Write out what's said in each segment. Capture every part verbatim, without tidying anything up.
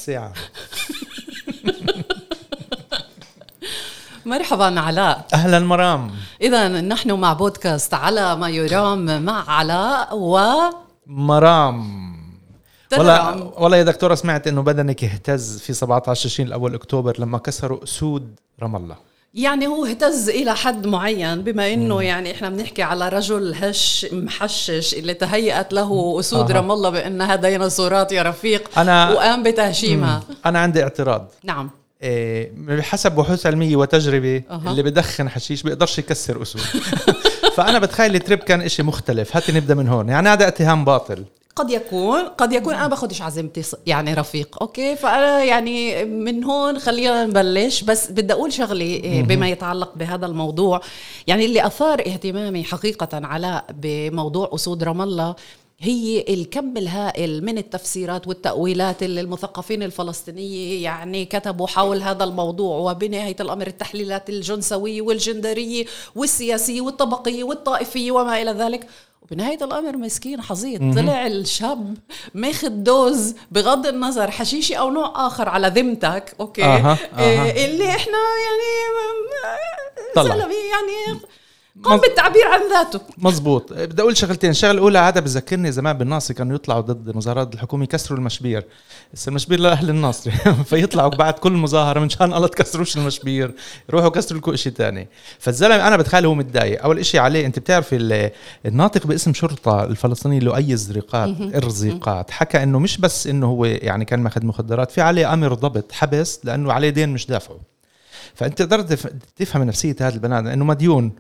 الساعة. مرحبا علاء. أهلا مرام. إذا نحن مع بودكاست على ما يرام مع علاء و مرام. والله والله يا دكتورة سمعت إنه بدنك اهتز في سبعة عشر تشرين الأول أكتوبر لما كسروا أسود رام الله. يعني هو اهتز إلى حد معين، بما إنه مم. يعني إحنا بنحكي على رجل هش محشش اللي تهيأت له أسود آه. رام الله بأنها ديناصورات يا رفيق، أنا وقام بتهشيمها. مم. أنا عندي اعتراض. نعم. إيه بحسب بحوث علمية وتجربة أه. اللي بدخن حشيش بيقدرش يكسر أسود. فأنا بتخيل التريب كان إشي مختلف. هاتي نبدأ من هون. يعني هذا اتهام باطل. قد يكون قد يكون أنا باخدش عزيمتي يعني رفيق. أوكي، فأنا يعني من هون خلينا نبلش. بس بدي أقول شغلي بما يتعلق بهذا الموضوع. يعني اللي أثار اهتمامي حقيقة على بموضوع أسود رام الله هي الكم الهائل من التفسيرات والتأويلات اللي المثقفين الفلسطينيين يعني كتبوا حول هذا الموضوع، وبنهاية الأمر التحليلات الجنسوية والجندرية والسياسية والطبقية والطائفية وما إلى ذلك. وبنهاية الأمر مسكين حظيظ طلع الشاب ماخد دوز بغض النظر حشيشي أو نوع آخر على ذمتك. أوكي. آه آه. اللي إحنا يعني زلمي يعني قام بالتعبير عن ذاته. مزبوط. بدي أقول شغلتين. شغل الأولى هذا بذكرني زمان بالناصري كانوا يطلعوا ضد مظاهرات الحكومة يكسروا المشبير. بس المشبير لأهل الناصري فيطلعوا بعد كل مظاهرة من شان الله تكسروش المشبير، يروحوا كسروا لكم إشي تاني. فالزلمة أنا بتخيل هو متضايق. أول إشي عليه أنت بتعرف الناطق باسم شرطة الفلسطيني لؤي الزريقات الرزيقات حكى إنه مش بس إنه هو يعني كان ماخذ مخدرات، في عليه أمر ضبط حبس لأنه عليه دين مش دافعه. فأنت قدرت تفهم نفسية هذا البني إنه مديون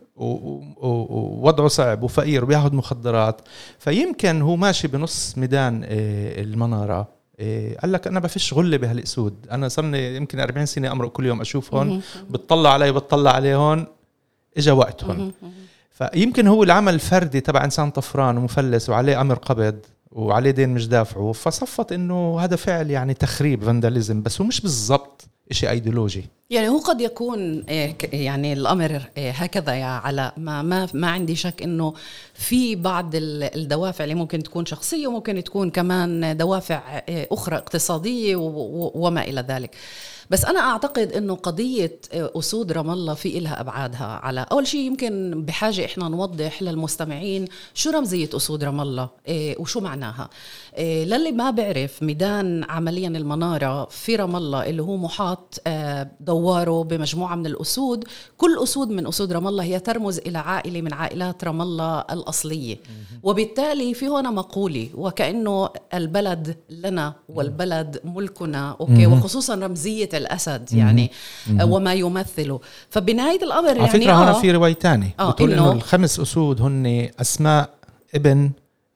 ووضعه صعب وفقير وبياخد مخدرات. فيمكن هو ماشي بنص ميدان المنارة قال لك أنا بفش غلة بهالأسود. أنا صرني يمكن أربعين سنة أمرق كل يوم أشوفهم بتطلع علي بتطلع عليهن إجا وقتهم. فيمكن هو العمل الفردي تبع إنسان طفران ومفلس وعليه أمر قبض وعليه دين مش دافعه، فصفت إنه هذا فعل يعني تخريب فانداليزم، بس هو مش بالضبط إشي أيديولوجي. يعني هو قد يكون يعني الأمر هكذا يا علاء. ما ما ما عندي شك إنه في بعض الدوافع اللي ممكن تكون شخصية وممكن تكون كمان دوافع أخرى اقتصادية وما إلى ذلك. بس أنا أعتقد إنه قضية أسود رام الله في إلها أبعادها. على أول شيء يمكن بحاجة إحنا نوضح للمستمعين شو رمزية أسود رام الله إيه وشو معناها. إيه للي ما بعرف، ميدان عمليا المنارة في رام الله اللي هو محاط آه دواره بمجموعة من الأسود. كل أسود من أسود رام الله هي ترمز إلى عائلة من عائلات رام الله الأصلية، وبالتالي في هنا مقولة وكأنه البلد لنا والبلد ملكنا. أوكي. وخصوصا رمزية الأسد يعني مم. وما يمثله. فبنهاية الأمر على يعني فكرة هنا في رواية تاني آه بتقول إنه الخمس أسود هن أسماء ابن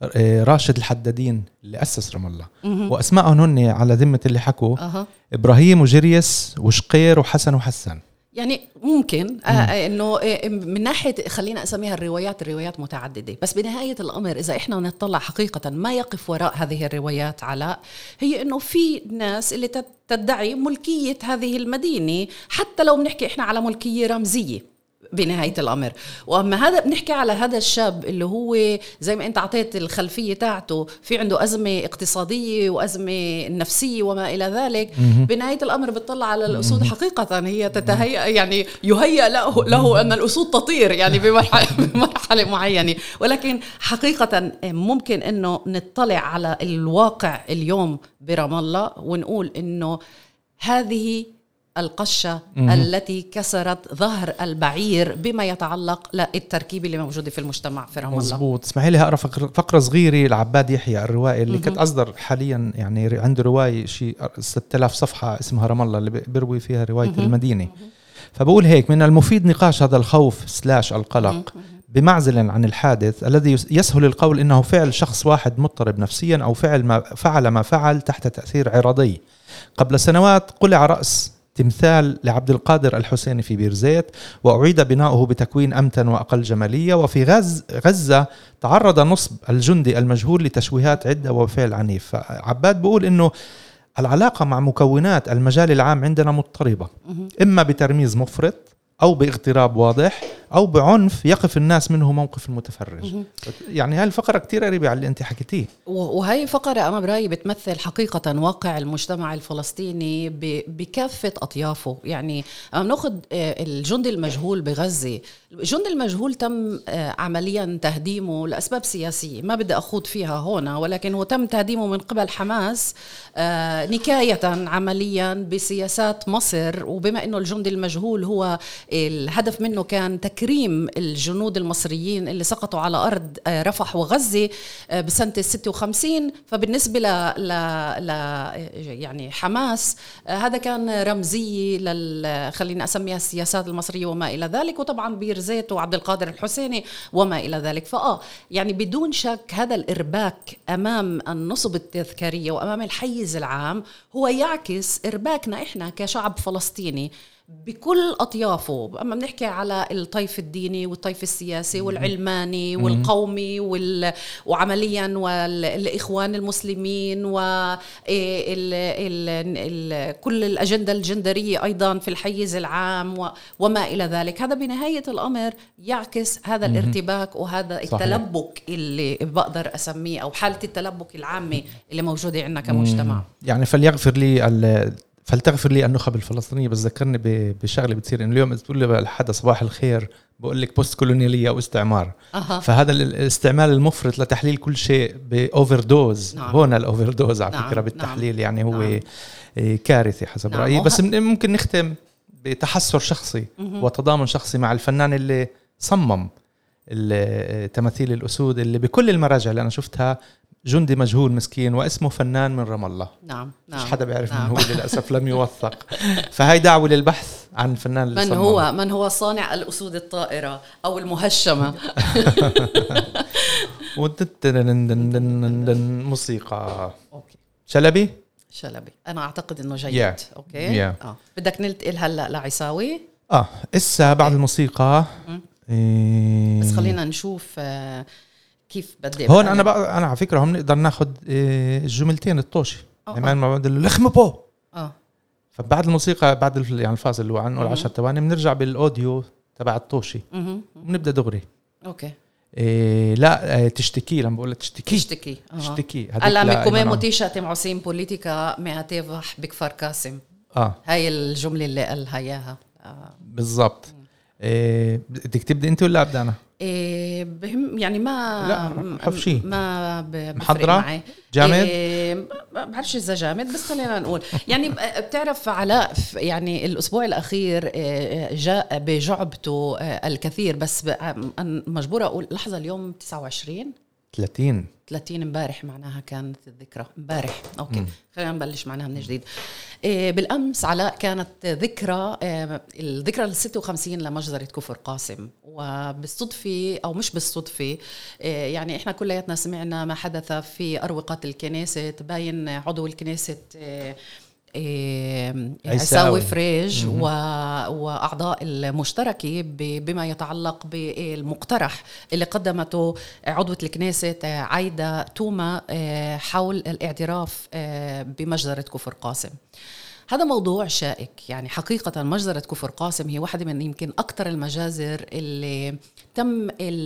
راشد الحدادين اللي أسس رام الله، وأسماءهم هن على ذمة اللي حكوا أه. إبراهيم وجريس وشقير وحسن وحسن. يعني ممكن آه انه من ناحيه خلينا اسميها الروايات الروايات متعدده. بس بنهايه الامر اذا احنا نطلع حقيقه ما يقف وراء هذه الروايات علاء هي انه في ناس اللي تدعي ملكيه هذه المدينه، حتى لو بنحكي احنا على ملكيه رمزيه بنهاية الأمر. وأما هذا بنحكي على هذا الشاب اللي هو زي ما أنت عطيت الخلفية تاعته، في عنده أزمة اقتصادية وأزمة نفسية وما إلى ذلك. بنهاية الأمر بتطلع على الأسود حقيقة هي تتهيأ يعني يهيأ له, له أن الأسود تطير يعني بمرحلة, بمرحلة معينة. ولكن حقيقة ممكن أنه نطلع على الواقع اليوم برام الله ونقول أنه هذه القشة مم. التي كسرت ظهر البعير بما يتعلق للتركيب اللي موجود في المجتمع في رام الله. مظبوط. اسمحي لي هقرأ فقرة صغيرة لعباد يحيى الروائي اللي كنت أصدر حاليا، يعني عنده رواية شيء ستة آلاف صفحة اسمها رام الله اللي بيروي فيها رواية مم. المدينة. مم. فبقول هيك: من المفيد نقاش هذا الخوف سلاش القلق مم. بمعزل عن الحادث الذي يسهل القول إنه فعل شخص واحد مضطرب نفسيا أو فعل ما فعل ما فعل تحت تأثير عرضي. قبل سنوات قلع رأس تمثال لعبد القادر الحسيني في بيرزيت وأعيد بناؤه بتكوين أمتن وأقل جمالية. وفي غز غزة تعرض نصب الجندي المجهول لتشويهات عدة وفعل عنيف. فعباد بيقول إنه العلاقة مع مكونات المجال العام عندنا مضطربة، إما بترميز مفرط أو باغتراب واضح أو بعنف يقف الناس منه موقف المتفرج. يعني هاي الفقرة كتير قريبة على اللي أنت حكيتيه، وهي فقرة أنا برأيي بتمثل حقيقة واقع المجتمع الفلسطيني بكافة أطيافه. يعني نأخذ الجندي المجهول بغزة، الجندي المجهول تم عمليا تهديمه لأسباب سياسية ما بدي أخوض فيها هنا، ولكن هو تم تهديمه من قبل حماس نكاية عمليا بسياسات مصر. وبما أنه الجندي المجهول هو الهدف منه كان تكريم الجنود المصريين اللي سقطوا على أرض رفح وغزة بسنة الستة وخمسين، فبالنسبة ل... ل... ل... يعني حماس هذا كان رمزي لل خلينا أسميها السياسات المصرية وما إلى ذلك، وطبعا بير زيت وعبد القادر الحسيني وما إلى ذلك. فآه يعني بدون شك هذا الإرباك أمام النصب التذكارية وأمام الحيز العام هو يعكس إرباكنا إحنا كشعب فلسطيني بكل أطيافه. أما بنحكي على الطيف الديني والطيف السياسي والعلماني والقومي وال... وعمليا والإخوان المسلمين وكل الأجندة الجندرية أيضا في الحيز العام و... وما إلى ذلك. هذا بنهاية الأمر يعكس هذا الارتباك وهذا التلبك اللي بقدر أسميه، أو حالة التلبك العامة اللي موجودة عندنا كمجتمع. يعني فليغفر لي ال... فلتغفر لي النخب الفلسطينية. بس ذكرني بشغله بتصير إن اليوم تقول لي لحدا صباح الخير بقول لك بوست كولونيالية أو استعمار. أه. فهذا الاستعمال المفرط لتحليل كل شيء بأوفر دوز. نعم. هنا الأوفر دوز على نعم. فكرة بالتحليل. نعم. يعني هو نعم. كارثي حسب نعم. رأيي. بس ممكن نختم بتحسر شخصي مه. وتضامن شخصي مع الفنان اللي صمم تماثيل الأسود اللي بكل المراجع اللي أنا شفتها جندي مجهول مسكين واسمه فنان من رام الله. نعم. نعم. مش حدا بيعرف نعم. من هو للأسف لم يوثق. فهي دعوة للبحث عن الفنان اللي من صمم. هو من هو صانع الأسود الطائرة أو المهشمة. موسيقى أوكي. شلبي شلبي أنا أعتقد إنه جيد. yeah. أوكي yeah. آه. بدك ننتقل هلأ لعيساوي. آه إسا بعد الموسيقى إيه... بس خلينا نشوف آه كيف بدي هون أنا بقى أنا على فكرة هم نقدر ناخد الجملتين الطوشي كمان ما بعد اللخم بو اه فبعد الموسيقى بعد يعني الفاصل اللي هو عنه العشر ثواني بنرجع بالأوديو تبع الطوشي وبنبدأ دغري. أوكي إيه لا تشتكي لما بقول تشتكي تشتكي أه. تشتكي هلا مكومي موتيشا تم عصيم بوليتيكا مع تفح بكفر كاسم. اه هاي الجملة اللي قالها إياها. آه. بالضبط. إيه بدك تبدأ أنت ولا أبدأ أنا؟ إيه بهم يعني ما حفشي ما بفرق معي جامد. إيه ما بعرفش إذا جامد بس خلينا نقول يعني بتعرف علاء يعني الأسبوع الأخير جاء بجعبته الكثير بس مجبورة أقول لحظة اليوم تسعة وعشرين ثلاثين ثلاثين امبارح معناها كانت الذكرى امبارح. اوكي م. خلينا نبلش معناها من جديد. إيه بالامس علاء كانت ذكرى إيه الذكرى الستة وخمسين لمجزرة كفر قاسم، وبالصدفة او مش بالصدفة إيه يعني احنا كلياتنا سمعنا ما حدث في اروقة الكنيسة. تباين عضو الكنيسة إيه عيساوي فريج و... وأعضاء المشتركة بما يتعلق بالمقترح اللي قدمته عضوة الكنيسة عايدة توما حول الاعتراف بمجزرة كفر قاسم. هذا موضوع شائك يعني حقيقة. مجزرة كفر قاسم هي واحدة من يمكن أكثر المجازر اللي تم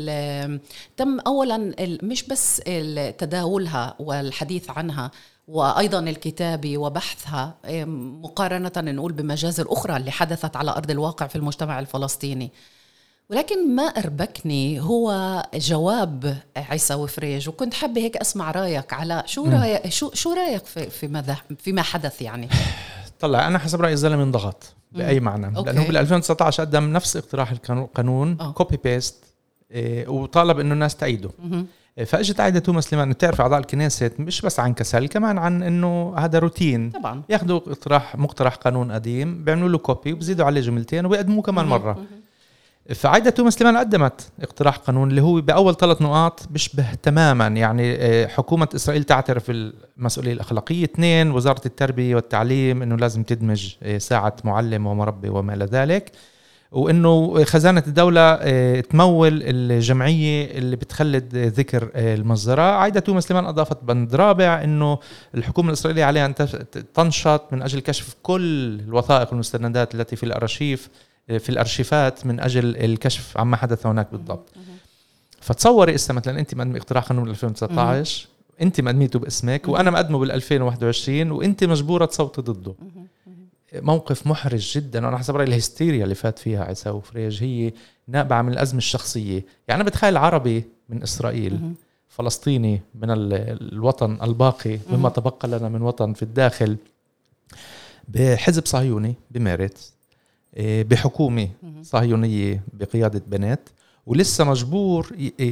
تم أولا مش بس تداولها والحديث عنها وأيضا الكتابة وبحثها مقارنة نقول بمجازر أخرى اللي حدثت على أرض الواقع في المجتمع الفلسطيني، ولكن ما أربكني هو جواب عيساوي فريج. وكنت حابة هيك أسمع رأيك على شو رأيك شو شو رأيك في في ماذا فيما حدث. يعني طلع أنا حسب رأيي الزلمة انضغط بأي معنى أوكي. لأنه بال ألفين وتسعة عشر قدم نفس اقتراح القانون كوبي بيست إيه وطالب إنه الناس تأيده. مم. فاجت عايدة توما سليمان تعرف أعضاء الكنيسة مش بس عن كسل كمان عن إنه هذا روتين طبعا. ياخدوا اقتراح مقترح قانون قديم بيعملوا له كوبي وبزيدوا عليه جملتين وبيقدموه كمان مرة. فعايدة توما سليمان قدمت اقتراح قانون اللي هو بأول ثلاث نقاط بيشبه تماما يعني حكومة إسرائيل تعترف بالمسؤولية الأخلاقية. اثنين وزارة التربية والتعليم إنه لازم تدمج ساعة معلم ومربي وما إلى ذلك، وإنه خزانة الدولة تمول الجمعية اللي بتخلد ذكر المجزرة. عايدة توما سليمان أضافت بند رابع إنه الحكومة الإسرائيلية عليها أن تنشط من أجل كشف كل الوثائق والمستندات التي في الأرشيف في الأرشيفات من أجل الكشف عما حدث هناك بالضبط. فتصوري إسا مثلا أنت مقدمة اقتراح قانون ألفين وتسعة عشر، أنت مقدميته باسمك وأنا مقدمه بالألفين وواحد وعشرين وأنت مجبورة تصوتي ضده. موقف محرج جدا. وأنا حسب رأيي الهستيريا اللي فات فيها عيسى وفريج هي نابعة من الأزمة الشخصية. يعني أنا بتخيل عربي من إسرائيل، فلسطيني من الوطن الباقي مما تبقى لنا من وطن في الداخل، بحزب صهيوني بمارس، بحكومة صهيونية بقيادة بنات، ولسه مجبور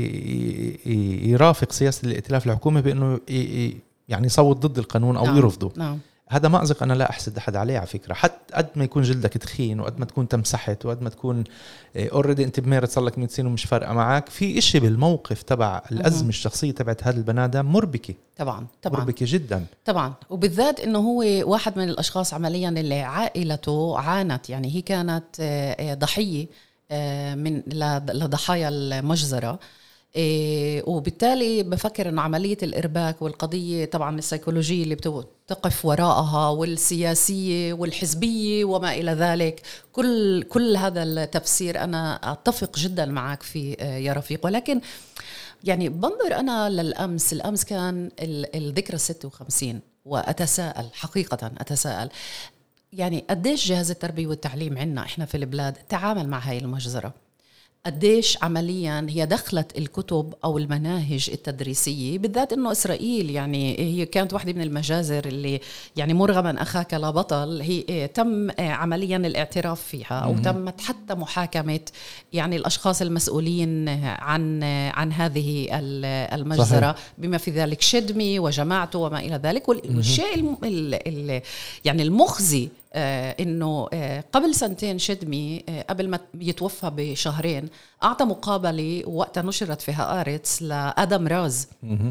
يرافق سياسة الائتلاف الحكومي بأنه يعني يصوت ضد القانون أو يرفضه. نعم. هذا مأزق أنا لا أحسد أحد عليه على فكرة. حتى قد ما يكون جلدك تخين وقد ما تكون تمسحت وقد ما تكون أوريدي أنت بمارس صار لك مية سنة ومش فارقة معك، في إشي بالموقف تبع الأزمة الشخصية تبعت هذا البنادم مربكة. طبعا طبعا مربكة جدا طبعا. وبالذات إنه هو واحد من الأشخاص عمليا اللي عائلته عانت، يعني هي كانت ضحية من لضحايا المجزرة. إيه وبالتالي بفكر أن عملية الإرباك والقضية طبعا السيكولوجية اللي بتقف وراءها والسياسية والحزبية وما إلى ذلك، كل كل هذا التفسير أنا أتفق جدا معك فيه يا رفيق. ولكن يعني بنظر أنا للأمس، الأمس كان الذكرى الستة وخمسين، وأتساءل حقيقة أتساءل يعني قديش جهاز التربية والتعليم عنا إحنا في البلاد تعامل مع هاي المجزرة، قديش عمليا هي دخلت الكتب أو المناهج التدريسية، بالذات إنه إسرائيل يعني هي كانت واحدة من المجازر اللي يعني مرغما أخاك لا بطل، هي تم عمليا الاعتراف فيها أو تمت حتى محاكمة يعني الأشخاص المسؤولين عن عن هذه المجزرة، صحيح. بما في ذلك شدمي وجماعته وما إلى ذلك. والشيء يعني المخزي آه إنه آه قبل سنتين شدمي آه قبل ما يتوفى بشهرين أعطى مقابلة وقتها نشرت في هآرتس لآدم راز،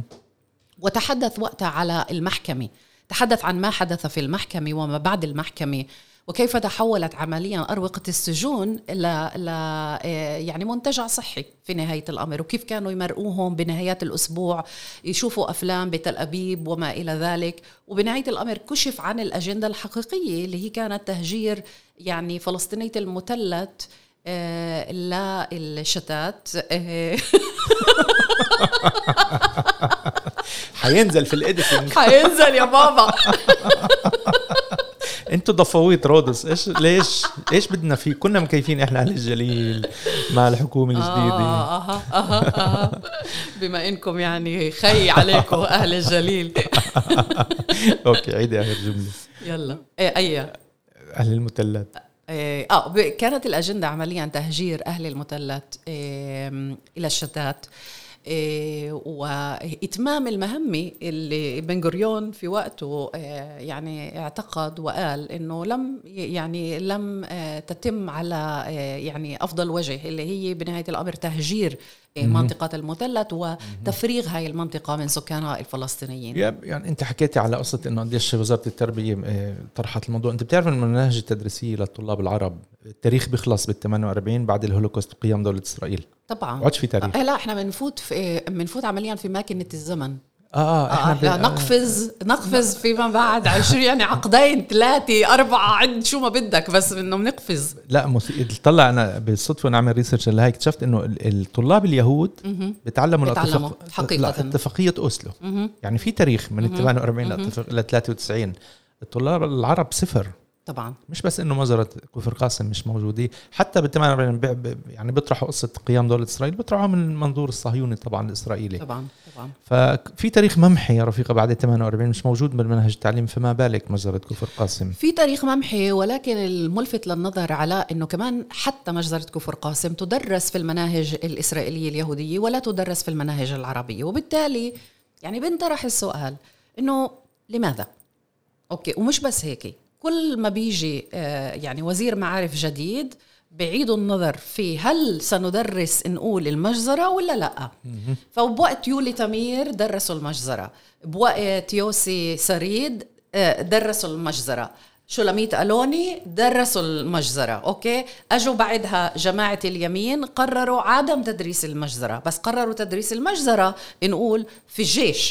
وتحدث وقتها على المحكمة، تحدث عن ما حدث في المحكمة وما بعد المحكمة، وكيف تحولت عمليا أروقة السجون ل... ل... يعني منتجع صحي في نهاية الأمر، وكيف كانوا يمرقوهم بنهايات الأسبوع يشوفوا أفلام بتل أبيب وما إلى ذلك. وبنهاية الأمر كشف عن الأجندة الحقيقية اللي هي كانت تهجير يعني فلسطينية المثلث آه للشتات آه حينزل في الإديتنج حينزل يا بابا. انتوا ضفويت رودس، ايش ليش ايش بدنا فيه؟ كنا مكيفين احنا اهل الجليل مع الحكومه الجديده. آه آه آه آه. بما انكم يعني خي عليكم اهل الجليل. اوكي عيدي اخر جمله. يلا ايه اي اهل المثلث. إيه اه كانت الاجنده عمليا تهجير اهل المثلث إيه الى الشتات، إيه وإتمام المهمة اللي بن غوريون في وقته إيه يعني اعتقد وقال إنه لم يعني لم إيه تتم على إيه يعني أفضل وجه، اللي هي بنهاية الأمر تهجير إيه منطقة المثلث وتفريغ هاي المنطقة من سكانها الفلسطينيين. يعني أنت حكيتي على قصة إنه قديش وزارة التربية إيه طرحت الموضوع. أنت بتعرف إن المناهج التدريسية للطلاب العرب التاريخ بيخلص بالثمانية وأربعين بعد الهولوكوست قيام دولة إسرائيل. طبعا وعدش في تاريخ. لا احنا بنفوت في بنفوت عمليا في ماكينة الزمن. اه اه احنا آه نقفز نقفز فيما بعد عشرين يعني عقدين ثلاثة أربعة عد شو ما بدك، بس إنه بنقفز. لا مثير. طلع أنا بالصدفة نعمل ريسيرش اللي هاي اكتشفت إنه الطلاب اليهود بتعلموا بتعلموا حقيقة اتفاقية أوسلو. يعني في تاريخ من ثمانية وأربعين ل ثلاثة وتسعين. الطلاب العرب صفر طبعا. مش بس انه مجزرة كفر قاسم مش موجودة، حتى بالثمانية يعني بيطرحوا قصة قيام دولة إسرائيل بيطرحوها من المنظور الصهيوني طبعا الإسرائيلي. طبعا طبعا. ففي تاريخ ممحي يا رفيقة بعد ثمانية وأربعين مش موجود بالمنهج التعليم، فما بالك مجزرة كفر قاسم. في تاريخ ممحي، ولكن الملفت للنظر على انه كمان حتى مجزرة كفر قاسم تدرس في المناهج الإسرائيلية اليهودية ولا تدرس في المناهج العربية، وبالتالي يعني بنطرح السؤال انه لماذا؟ اوكي، ومش بس هيك، كل ما بيجي يعني وزير معارف جديد بعيدوا النظر في هل سندرس نقول المجزرة ولا لا. فبوقت يولي تمير درسوا المجزرة، بوقت يوسي سريد درسوا المجزرة، شولاميت ألوني درسوا المجزرة. أوكي، أجوا بعدها جماعة اليمين قرروا عدم تدريس المجزرة، بس قرروا تدريس المجزرة نقول في الجيش.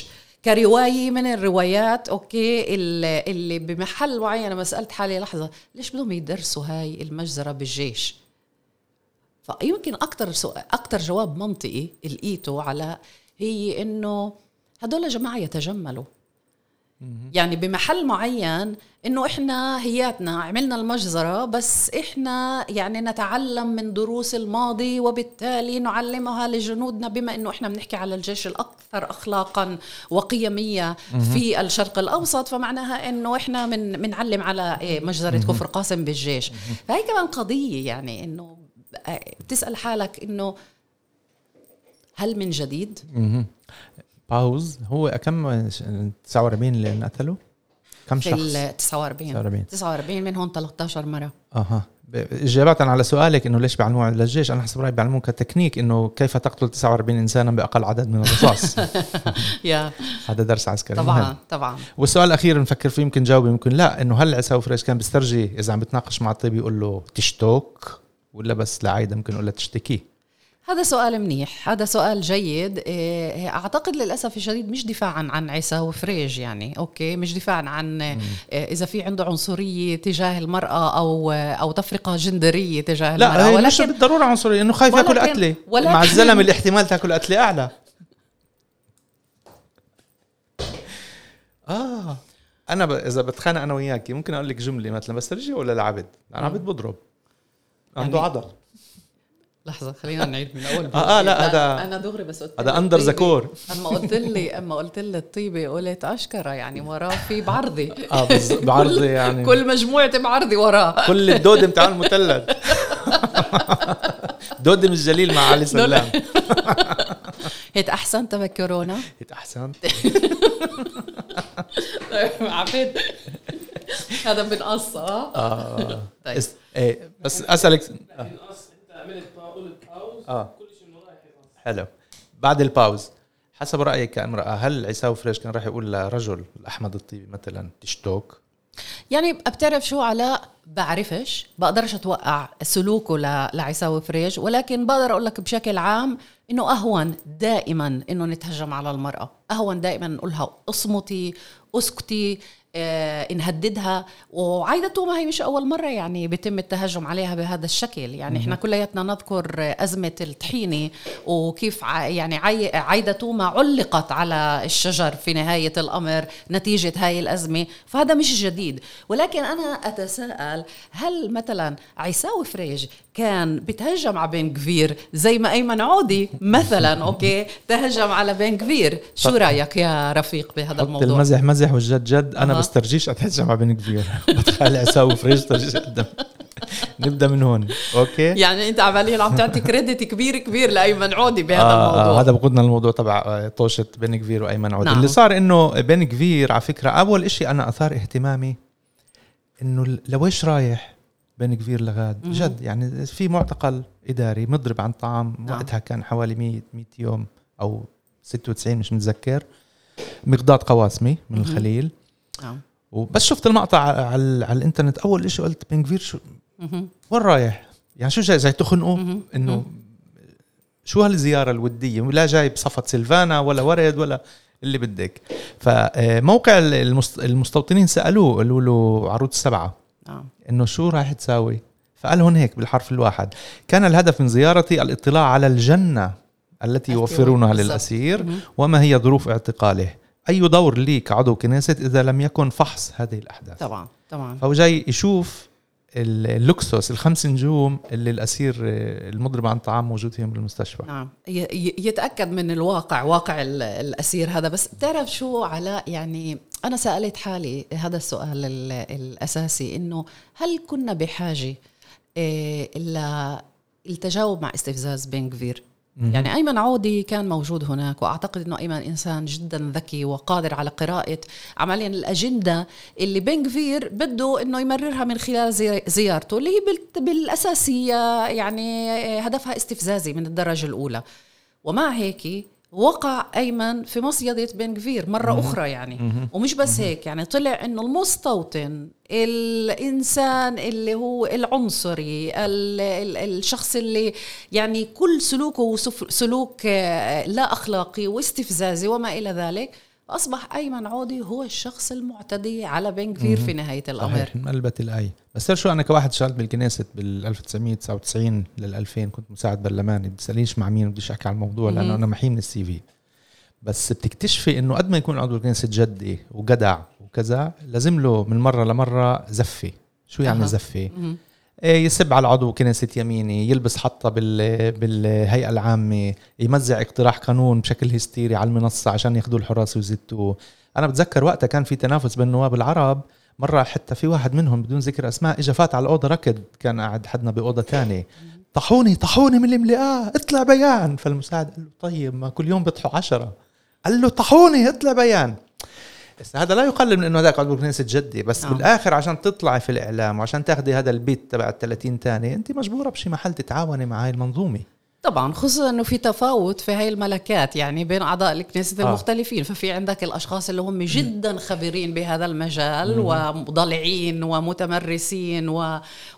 كرواية من الروايات أوكي اللي, اللي بمحل معين أنا سألت حالي لحظة ليش بدهم يدرسوا هاي المجزرة بالجيش؟ فيمكن أكتر سؤال أكتر جواب منطقي لقيته على هي إنه هدول جماعة يتجملوا. يعني بمحل معين إنه إحنا هياتنا عملنا المجزرة بس إحنا يعني نتعلم من دروس الماضي وبالتالي نعلمها لجنودنا بما إنه إحنا بنحكي على الجيش الأكثر أخلاقا وقيمية في الشرق الأوسط فمعناها إنه إحنا من منعلم على إيه مجزرة كفر قاسم بالجيش. فهي كمان قضية يعني إنه بتسأل حالك إنه هل من جديد؟ باوز هو كم تسعة وأربعين اللي انقتلوا كم في شخص؟ ال تسعة وأربعين تسعة وأربعين منهم ثلاثة عشر مرة. اها إجابة على سؤالك إنه ليش بيعلموه للجيش، أنا حسب رأيي بيعلموه كتكنيك إنه كيف تقتل تسعة وأربعين إنسانا بأقل عدد من الرصاص. يا هذا درس عسكري طبعا مهم. طبعا. والسؤال الأخير نفكر فيه يمكن جاوب يمكن لا، إنه هل عيساوي فريج كان بيسترجي إذا عم بتناقش مع الطيب يقول له تشتوك ولا بس لعايدة ممكن يقول له تشتكي؟ هذا سؤال منيح، هذا سؤال جيد. أعتقد للأسف الشديد مش دفاعا عن عيساوي فريج يعني أوكي مش دفاعا عن إذا في عنده عنصرية تجاه المرأة أو أو تفرقة جندرية تجاه لا المرأة، ولكن مش بالضرورة عنصرية، إنه خايف يأكل قتلة مع الزلمة الاحتمال تأكل قتلة أعلى. آه أنا ب... إذا بتخانق أنا وياك ممكن أقول لك جملة مثلا بس رجع ولا العبد، أنا عبد بضرب عنده يعني عضل. لحظة خلينا نعيد من أول. آه, آه لا هذا أنا دغري بس هذا أندر زكور. أما قلت لي أما قلت لي الطيبة قلت أشكرة يعني وراه في بعرضي. آه بعرضي يعني كل مجموعة بعرضي وراه. كل الدودة متاع المثلث. دودة من الجليل مع علي سلام. هيت أحسن تذكرونا. هيت أحسن. عفيد. هذا بنقص آه. آه. طيب. إيه بس أسألك. عملت قلت باوز آه. كل شيء انه رايح يخلص. حلو. بعد الباوز حسب رأيك كامرأة هل عيساوي فريج كان راح يقول لرجل أحمد الطيبي مثلا تشتوك؟ يعني بتعرف شو علاء بعرفش بقدرش أتوقع سلوكه لعيساوي فريج، ولكن بقدر أقول لك بشكل عام إنه أهون دائما إنه نتهجم على المرأة، أهون دائما نقولها اصمتي اسكتي آه نهددها. وعايدة توما هي مش أول مرة يعني بيتم التهجم عليها بهذا الشكل يعني. إحنا كلياتنا نذكر أزمة الطحينة وكيف يعني عايدة توما علقت على الشجر في نهاية الأمر نتيجة هاي الأزمة، فهذا مش جديد. ولكن أنا أتساءل هل مثلا عيساوي فريج كان بتهجم على بن غفير زي ما أيمن عودي مثلا أوكي تهجم على بن غفير؟ شو رأيك يا رفيق بهذا الموضوع؟ المزح مزح والجد جد. أنا أه. بسترجيش أتهجم على بن غفير. بتخيل عيساوي فريج ترجيش قدم. نبدأ من هون أوكي. يعني أنت عماليا عم تعطي كريدت كبير كبير لأيمن عودي بهذا آه الموضوع. آه هذا بقودنا الموضوع تبع طوشة بن غفير وأيمن عودي. نعم. اللي صار إنه بن غفير على فكرة أول إشي أنا أثار اهتمامي إنه لويش رايح بن غفير لغاد جد يعني في معتقل إداري مضرب عن طعام. نعم. وقتها كان حوالي مية يوم أو ستة وتسعين مش متذكر. مقداد قواسمي من مم. الخليل. نعم. وبس شفت المقطع على على الانترنت اول شيء قلت بن غفير شو وين رايح يعني شو جاي زي تخنقوا انه شو هالزياره الوديه لا جاي بصفة سيلفانا ولا ورد ولا اللي بدك. فموقع المستوطنين سالوه قالوا له عروض السبعة انه شو رايح تساوي، فقال هون هيك بالحرف الواحد كان الهدف من زيارتي الاطلاع على الجنه التي يوفرونها للاسير وما هي ظروف اعتقاله، أي دور لي كعضو كنيسة إذا لم يكن فحص هذه الأحداث. طبعا طبعا. فهو جاي يشوف اللوكسوس الخمس نجوم اللي الأسير المضرب عن طعام موجود فيهم بالمستشفى. نعم يتأكد من الواقع واقع الأسير هذا. بس بتعرف شو علاء يعني أنا سألت حالي هذا السؤال الأساسي إنه هل كنا بحاجة إلا التجاوب مع استفزاز بن غفير؟ يعني أيمن عودي كان موجود هناك وأعتقد أنه أيمن إنسان جدا ذكي وقادر على قراءة عمليا الأجندة اللي بن غفير بده أنه يمررها من خلال زيارته اللي هي بالأساسية يعني هدفها استفزازي من الدرجة الأولى. ومع هيك وقع أيمن في مصيدة بن غفير مرة أخرى يعني. ومش بس هيك يعني طلع أنه المستوطن الإنسان اللي هو العنصري الشخص اللي يعني كل سلوكه سلوك لا أخلاقي واستفزازي وما إلى ذلك أصبح أيمن عودي هو الشخص المعتدي على بن غفير في نهاية الأمر. مقلبة الآية. بس شو أنا كواحد شغلت بالكنيست بال ألف وتسعمية وتسعة وتسعين لل ألفين كنت مساعد برلماني، بتسأليش مع مين بديش أحكي على الموضوع لأنه أنا محي من السي في. بس بتكتشفي إنه قد ما يكون عضو الكنيست جدي وجدع وكذا لازم له من مرة لمرة زفة. شو يعني أه. زفة؟ يسب على عضو كنيسة يميني، يلبس حطة بال بالهيئة العامة، يمزع اقتراح قانون بشكل هستيري على المنصة عشان ياخدوا الحراس ويزتوه. أنا بتذكر وقتها كان في تنافس بين النواب العرب، مرة حتى في واحد منهم بدون ذكر أسماء إجا فات على الأوضة ركض، كان قاعد حدنا بأوضة تانية، طحوني طحوني من الاملاء اطلع بيان. فالمساعد قال له طيب ما كل يوم بيطحوا عشرة، قال له طحوني اطلع بيان. هذا لا يقلل من انه هذاك عضو كنيسة جدي، بس آه. بالاخر عشان تطلعي في الاعلام وعشان تاخدي هذا البيت تبع الثلاثين تاني انت مجبوره بشي محل تتعاوني مع هاي المنظومه. طبعا خصوصا انه في تفاوت في هاي الملكات يعني بين اعضاء الكنيسة المختلفين. آه. ففي عندك الاشخاص اللي هم جدا خبيرين بهذا المجال ومضلعين ومتمرسين و...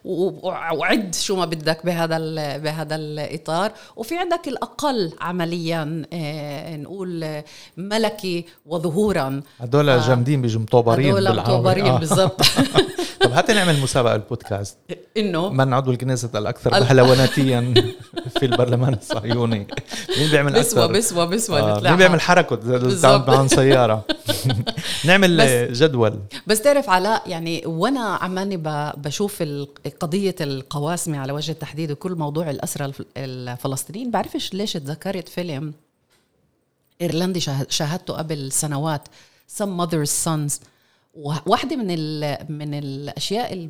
وعد شو ما بدك بهذا ال... بهذا الاطار، وفي عندك الاقل عمليا آه نقول ملكي وظهورا. هدول آه. جامدين بيجوا مطوبرين هدول مطوبرين آه. بالضبط. طب هاتي نعمل مسابقه البودكاست انه من عضو الكنيسة الاكثر بهلواناتيا في البرلمان الصهيوني، مين بيعمل اكثر بسوى بسوى بسوى آه. مين بيعمل حركه عن سياره. نعمل بس جدول. بس تعرف علاء يعني وانا عماني بشوف قضيه القواسمه على وجه التحديد وكل موضوع الاسرى الفلسطينيين، بعرفش ليش تذكرت فيلم ايرلندي شاهدته قبل سنوات Some Mother's Sons. واحدة من من الأشياء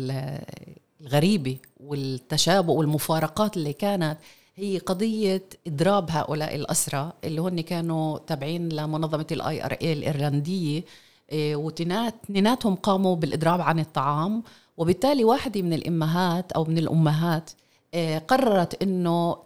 الغريبة والتشابه والمفارقات اللي كانت هي قضية إضراب هؤلاء الأسرى اللي هن كانوا تابعين لمنظمة الاي ار اي الإيرلندية، وتنيناتهم قاموا بالإضراب عن الطعام. وبالتالي واحدة من الأمهات أو من الأمهات قررت إنه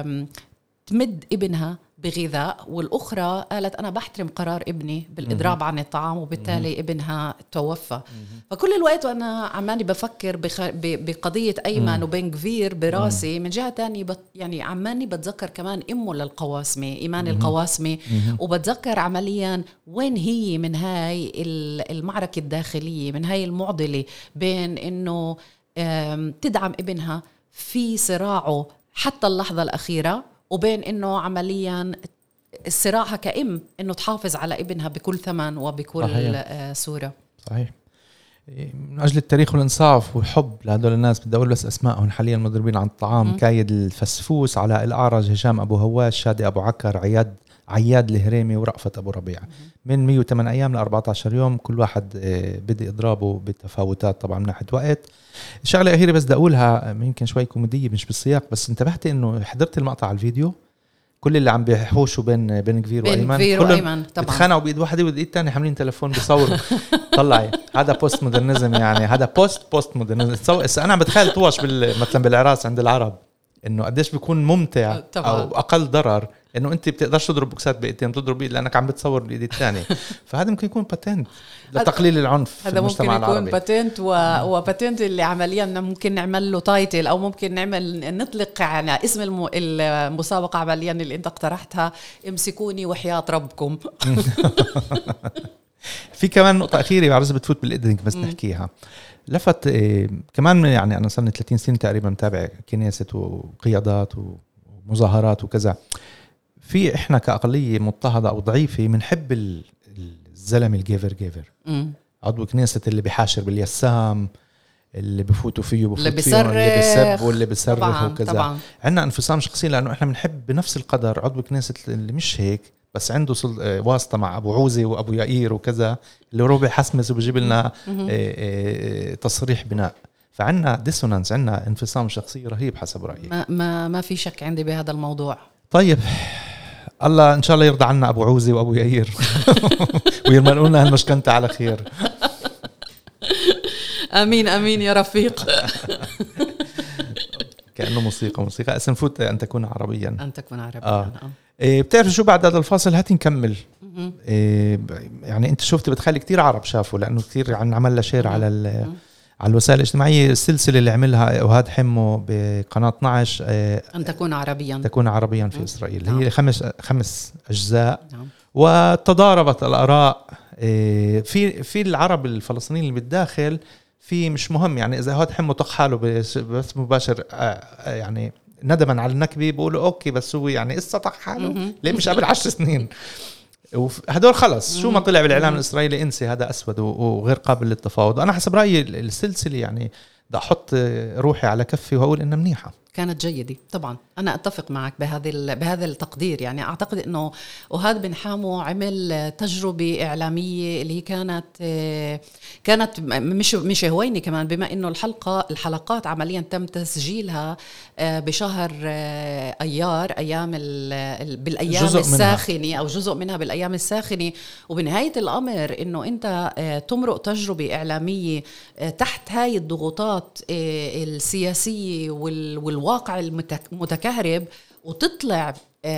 تمد ابنها بغذاء، والأخرى قالت أنا بحترم قرار ابني بالإضراب عن الطعام، وبالتالي ابنها توفى. فكل الوقت وأنا عماني بفكر بخ... ب... بقضية أيمن وبن غفير براسي، من جهة تانية بت... يعني عماني بتذكر كمان أمه للقواسمة إيمان القواسمة، وبتذكر عمليا وين هي من هاي المعركة الداخلية، من هاي المعضلة بين إنه تدعم ابنها في صراعه حتى اللحظة الأخيرة، وبين إنه عملياً الصراحة كأم إنه تحافظ على ابنها بكل ثمن وبكل صحيح. صورة. صحيح. من أجل التاريخ والإنصاف وحب لهذول الناس بدي أقول بس أسمائهم حالياً مضربين عن الطعام: م- كايد الفسفوس، علاء الأعرج، هشام أبو هواش، شادي أبو عكر، عياد عياد الهريمي، ورأفت أبو ربيع. م- من مية وثمانية أيام ل أربعة عشر يوم، كل واحد بدي إضرابه بالتفاوتات طبعاً من ناحية وقت. شغلة أخيرة بس بدي أقولها يمكن شوي كوميدية مش بالسياق، بس انتبهت إنه حضرت المقطع على الفيديو، كل اللي عم بيحوشوا بين بن غفير وأيمن كلهم بتخانقوا بإيد واحدة وإيد الثانية، حاملين تلفون بيصوروا. طلعي هذا بوست مودرنزم، يعني هذا بوست بوست مودرنزم. أنا بتخيل طوش بال مثلا بالعراس عند العرب إنه قديش بيكون ممتع طبعا. أو أقل ضرر إنه أنت بتقدرش تضرب بوكسات بإيدين، تضرب بإيد لأنك عم بتصور بإيد الثانية. فهذا ممكن يكون باتنت لتقليل العنف في المجتمع العربي. هذا ممكن يكون باتنت و... وباتنت اللي عمليا ممكن نعمل له تايتل، أو ممكن نعمل نطلق على اسم الم... المسابقة عمليا اللي أنت اقترحتها: امسكوني وحياة ربكم. في كمان نقطة أخيرة بعرض بتفوت بالإدرينج بس نحكيها. لفت إيه كمان، يعني أنا صار لي ثلاثين سنة تقريبا متابع كنيسة وقيادات ومظاهرات وكذا. في إحنا كأقلية مضطهدة أو ضعيفة بنحب الزلمة الجيفر جيفر، عضو كنيسة اللي بيحاشر باليسام، اللي بفوتوا فيه بفوت اللي فيه، اللي بيسب واللي بيصرخ طبعاً وكذا. طبعاً. عندنا انفصام شخصي لأنه إحنا بنحب بنفس القدر عضو كنيسة اللي مش هيك بس عنده صل... واسطة مع أبو عوزي وأبو يائير وكذا، اللي روبي حسمس وبيجيب لنا تصريح بناء. فعنا ديسونانس، عنا انفصام شخصي رهيب حسب رأيي. ما, ما, ما في شك عندي بهذا الموضوع. طيب الله إن شاء الله يرضى عنا أبو عوزي وأبو يائير ويرمنوا لنا هالمشكنة على خير. أمين أمين يا رفيق. كأنه موسيقى موسيقى اسم فوت أن تكون عربيا أن تكون عربيا. آه. إيه بتعرف شو بعد هذا الفاصل هاتي نكمل. إيه يعني أنت شفت بتخلي كتير عرب شافوا، لأنه كتير عن عمل شير على على الوسائل الاجتماعية. السلسلة اللي عملها وهاد حمو بقناة اثنا عشر إيه أن تكون عربيا تكون عربيا في إسرائيل. نعم. هي خمس خمس أجزاء. نعم. وتضاربت الآراء. في في العرب الفلسطينيين اللي بالداخل في مش مهم يعني إذا هاد حمو طق حاله بس مباشر يعني ندما على النكبة بيقولوا أوكي بس هو يعني إسا طق حاله ليه مش قبل عشر سنين. وهدول خلص شو ما طلع بالإعلام الإسرائيلي انسي هذا أسود وغير قابل للتفاوض. أنا حسب رأيي السلسلة يعني بدي أحط روحي على كفي وأقول إنها منيحة كانت جيدة. طبعا أنا أتفق معك بهذا بهذا التقدير. يعني أعتقد إنه وهذا بن حامو عمل تجربة إعلامية اللي كانت كانت مش مش هويني كمان بما إنه الحلقة الحلقات عمليا تم تسجيلها بشهر أيار أيام بالأيام الساخنة أو جزء منها بالأيام الساخنة. وبنهاية الأمر إنه أنت تمرق تجربة إعلامية تحت هاي الضغوطات السياسية وال الواقع المتكهرب وتطلع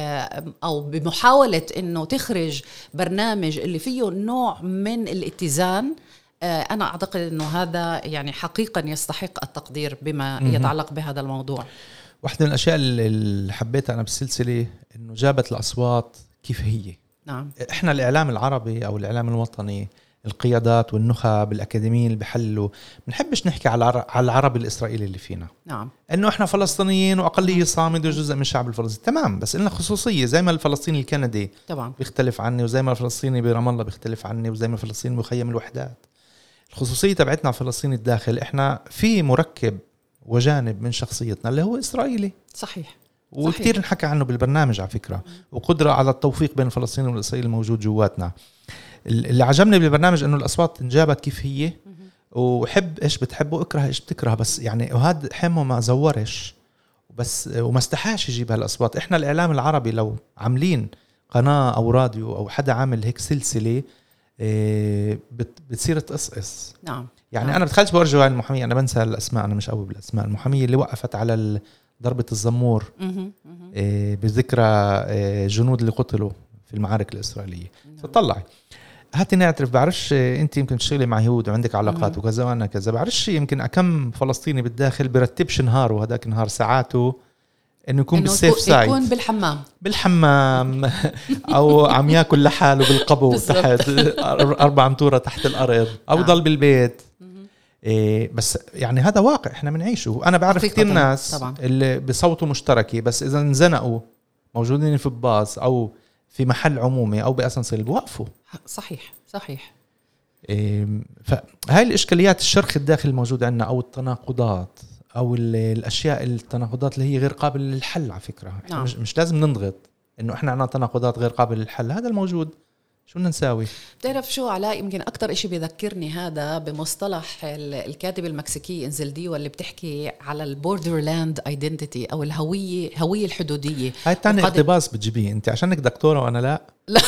أو بمحاولة إنه تخرج برنامج اللي فيه نوع من الاتزان. أنا أعتقد إنه هذا يعني حقيقة يستحق التقدير بما يتعلق بهذا الموضوع. واحدة من الأشياء اللي حبيتها أنا بالسلسلة إنه جابت الأصوات كيف هي. نعم. إحنا الإعلام العربي أو الإعلام الوطني القيادات والنخب الأكاديميين اللي بحلوا بنحبش نحكي على على العرب الإسرائيلي اللي فينا. نعم. إنه إحنا فلسطينيين وأقلية صامدة وجزء من الشعب الفلسطيني تمام بس إلنا خصوصية زي ما الفلسطيني الكندي طبعا بيختلف عني وزي ما الفلسطيني برام الله بيختلف عني وزي ما الفلسطيني مخيم الوحدات. الخصوصية تبعتنا على فلسطين الداخل إحنا في مركب وجانب من شخصيتنا اللي هو إسرائيلي. صحيح. وكتير نحكى عنه بالبرنامج على فكرة وقدرة على التوفيق بين الفلسطيني والإسرائيلي الموجود جواتنا. اللي عجبني بالبرنامج انه الاصوات انجابت كيف هي وحب ايش بتحبه اكره ايش بتكره بس يعني وهذا حمو ما زورش بس وما استحاش يجيب هالاصوات. احنا الاعلام العربي لو عاملين قناه او راديو او حدا عامل هيك سلسله بتصير تقصقص. نعم. يعني نعم. انا بتخيل بورجوا هاي المحاميه انا بنسى الاسماء انا مش قوي بالاسماء المحاميه اللي وقفت على ضربه الزمور بذكرى جنود اللي قتلوا في المعارك الاسرائيليه. تطلعي هاتي نعترف بعرفش انت يمكن تشتغلي مع يهود وعندك علاقات وكذا وانا كذا بعرفش يمكن اكم فلسطيني بالداخل برتبش نهار وهداك نهار ساعاته انه يكون بالسيف سايد يكون بالحمام بالحمام او عم ياكل لحاله بالقبو تحت اربع امتوره تحت الارض او ضل بالبيت. إيه بس يعني هذا واقع احنا بنعيشه. انا بعرف كثير ناس طبعا. اللي بصوتوا مشتركي بس اذا انزنقوا موجودين في باص او في محل عمومي أو بأسانسير بوقفوا. صحيح صحيح. إيه فهاي الإشكاليات الشرخ الداخلي الموجود عندنا أو التناقضات أو الأشياء التناقضات اللي هي غير قابلة للحل على فكرة. نعم. مش, مش لازم ننضغط إنه إحنا عنا تناقضات غير قابلة للحل هذا الموجود شو بدنا نساوي. بتعرف شو علاء يمكن أكتر إشي بيذكرني هذا بمصطلح الكاتب المكسيكي إنزل ديو اللي بتحكي على البوردرلاند ايدنتيتي أو الهوية هوية الحدودية. هاي تاني اقتباس بتجيبيه أنت عشانك دكتورة وأنا لا. لا.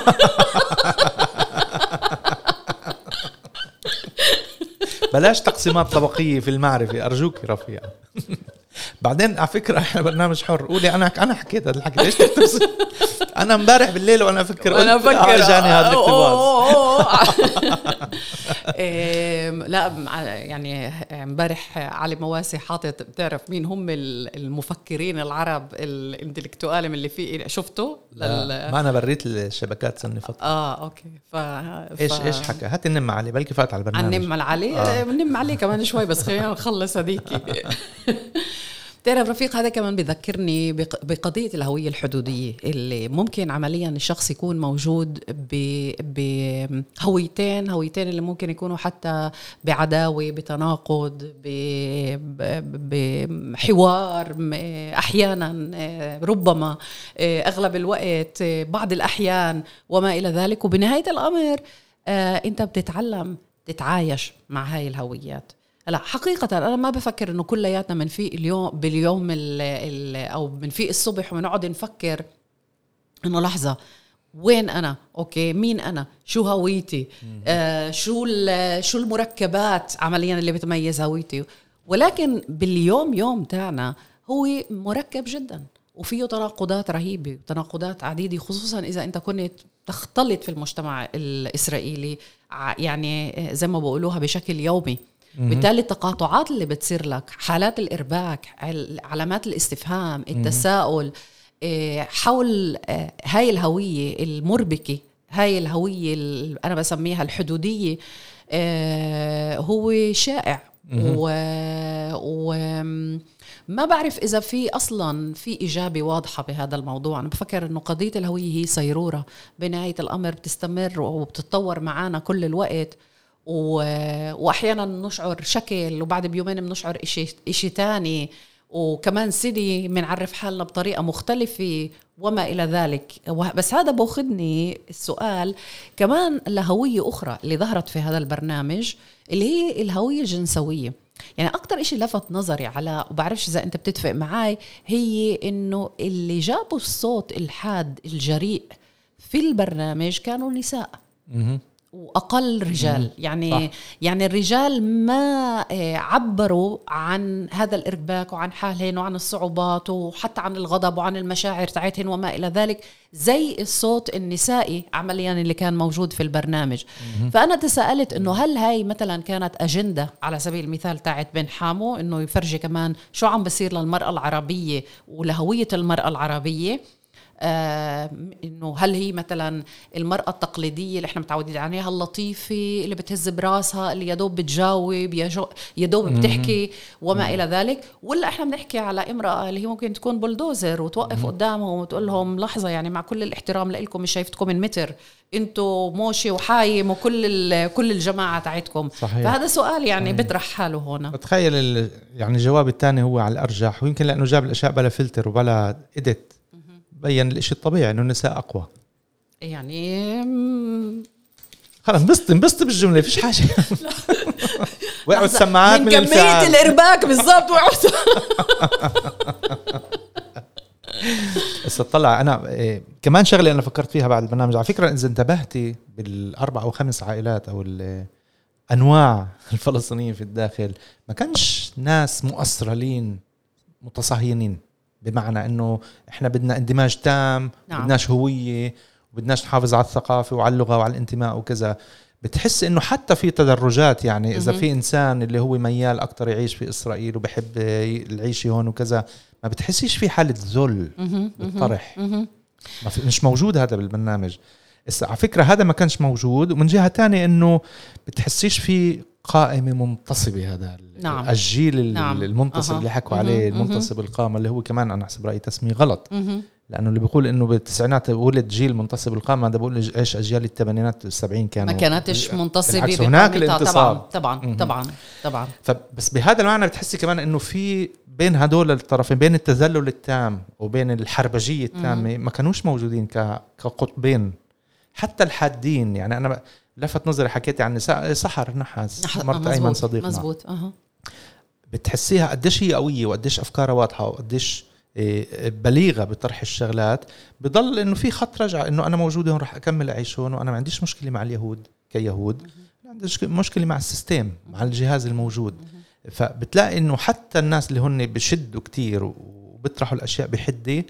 بلاش تقسيمات طبقية في المعرفة أرجوك رفيع. بعدين على فكرة احنا برنامج حر قولي أنا أنا حكيت هذا الحكي ليش تقسم. أنا امبارح بالليل وأنا أفكر أنا أفكر أجاني هذا الاقتباس. لا يعني امبارح علي مواسي حاطط بتعرف مين هم المفكرين العرب الانتلكتوالم اللي فيه شفته ما أنا بريت الشبكات سنة فترة. آه أوكي ف... إيش إيش حكى هات النم علي بلكي فات على البرنامج. النم علي آه. نم علي كمان شوي بس خلينا نخلص هذيكي. تعرف رفيق هذا كمان بذكرني بقضية الهوية الحدودية اللي ممكن عمليا الشخص يكون موجود بهويتين هويتين اللي ممكن يكونوا حتى بعداوة بتناقض بحوار أحيانا ربما أغلب الوقت بعض الأحيان وما إلى ذلك. وبنهاية الأمر أنت بتتعلم تتعايش مع هاي الهويات. لا حقيقة أنا ما بفكر إنه كلياتنا من في اليوم باليوم ال ال أو من في الصبح ونقعد نفكر إنه لحظة وين أنا أوكي مين أنا شو هويتي آه شو شو المركبات عمليا اللي بتميز هويتي. ولكن باليوم يوم تاعنا هو مركب جدا وفيه تناقضات رهيبة تناقضات عديدة خصوصا إذا أنت كنت تختلط في المجتمع الإسرائيلي يعني زي ما بقولوها بشكل يومي. بالتالي التقاطعات اللي بتصير لك حالات الإرباك علامات الاستفهام التساؤل حول هاي الهوية المربكة، هاي الهوية أنا بسميها الحدودية، هو شائع. وما بعرف إذا في أصلا في إجابة واضحة بهذا الموضوع. أنا بفكر أنه قضية الهوية هي صيرورة بنهاية الأمر بتستمر وبتتطور معنا كل الوقت، وأحيانا نشعر شكل وبعد بيومين بنشعر إشي, إشي تاني، وكمان سيدي منعرف حالنا بطريقة مختلفة وما إلى ذلك. بس هذا بأخذني السؤال كمان لهوية أخرى اللي ظهرت في هذا البرنامج، اللي هي الهوية الجنسوية. يعني أكتر إشي لفت نظري على، وبعرفش إذا أنت بتتفق معاي، هي إنه اللي جابوا الصوت الحاد الجريء في البرنامج كانوا نساء وأقل رجال. يعني صح. يعني الرجال ما عبروا عن هذا الإرباك وعن حالهن وعن الصعوبات وحتى عن الغضب وعن المشاعر تاعتهن وما إلى ذلك زي الصوت النسائي عمليا اللي كان موجود في البرنامج. فأنا تساءلت إنه هل هاي مثلا كانت أجندة على سبيل المثال تاعت بن حامو، إنه يفرجي كمان شو عم بصير للمرأة العربية ولهوية المرأة العربية، آه إنه هل هي مثلا المرأة التقليدية اللي إحنا متعودين عليها، اللطيفة اللي بتهز براسها، اللي يدوب بتجاوب يدوب بتحكي وما إلى ذلك، ولا إحنا بنحكي على امرأة اللي هي ممكن تكون بولدوزر وتوقف قدامهم وتقول لهم لحظة، يعني مع كل الاحترام لكم مش شايفتكم من متر، انتوا موشي وحايم وكل كل الجماعة تاعتكم. صحيح. فهذا سؤال يعني صحيح. بيطرح حاله هنا. بتخيل يعني الجواب الثاني هو على الأرجح، ويمكن لأنه جاب الأشياء بلا فلتر وبلا إدت، بين الاشي الطبيعي انه النساء اقوى. يعني خلاص انبسط انبسط بالجمله، فيش حاجه. وقعوا السماعات من, من كميه الارباك بالضبط وقعوا. بس اطلع انا إيه كمان شغله انا فكرت فيها بعد البرنامج على فكره، اذا انتبهتي بالاربع او خمس عائلات او انواع الفلسطينيين في الداخل ما كانش ناس مؤصلين متصهينين، بمعنى انه احنا بدنا اندماج تام، نعم. بدناش هويه وبدناش نحافظ على الثقافه وعلى اللغه وعلى الانتماء وكذا. بتحس انه حتى في تدرجات، يعني اذا في انسان اللي هو ميال اكتر يعيش في اسرائيل وبحب العيش هون وكذا، ما بتحسيش في حاله ذل بالطرح. ما في، مش موجود هذا بالبرنامج. على فكره هذا ما كانش موجود. ومن جهه تانية انه بتحسيش في قائمة منتصبة، هذا نعم. الجيل نعم. المنتصب أه. اللي حكوا عليه المنتصب القامة، اللي هو كمان أنا أحسب رأيي تسمية غلط. أه. لأنه اللي بيقول إنه بالتسعينات ولد جيل منتصب القامة، هذا بقول إيش أجيال الثمانينات والسبعين كانوا ما كانتش منتصبة. هناك الانتصاب طبعا طبعا طبعا طبعا. فبس بهذا المعنى بتحسي كمان إنه في بين هدول الطرفين، بين التذلل التام وبين الحربجية التامة، ما كانوش موجودين كقطبين حتى الحادين. يعني أنا لفت نظري حكيتي عن نساء سحر نحاس مرت أيمن صديقنا، مزبوط. أه. بتحسيها قديش هي قوية وقديش أفكارها واضحة وقديش بليغة بطرح الشغلات. بضل إنه في خط رجع إنه أنا موجودة هون رح أكمل أعيش هون، وأنا ما عنديش مشكلة مع اليهود كيهود، ما عنديش مشكلة مع السيستم، مع الجهاز الموجود. فبتلاقي إنه حتى الناس اللي هن بشدوا كتير وبيطرحوا الأشياء بحدة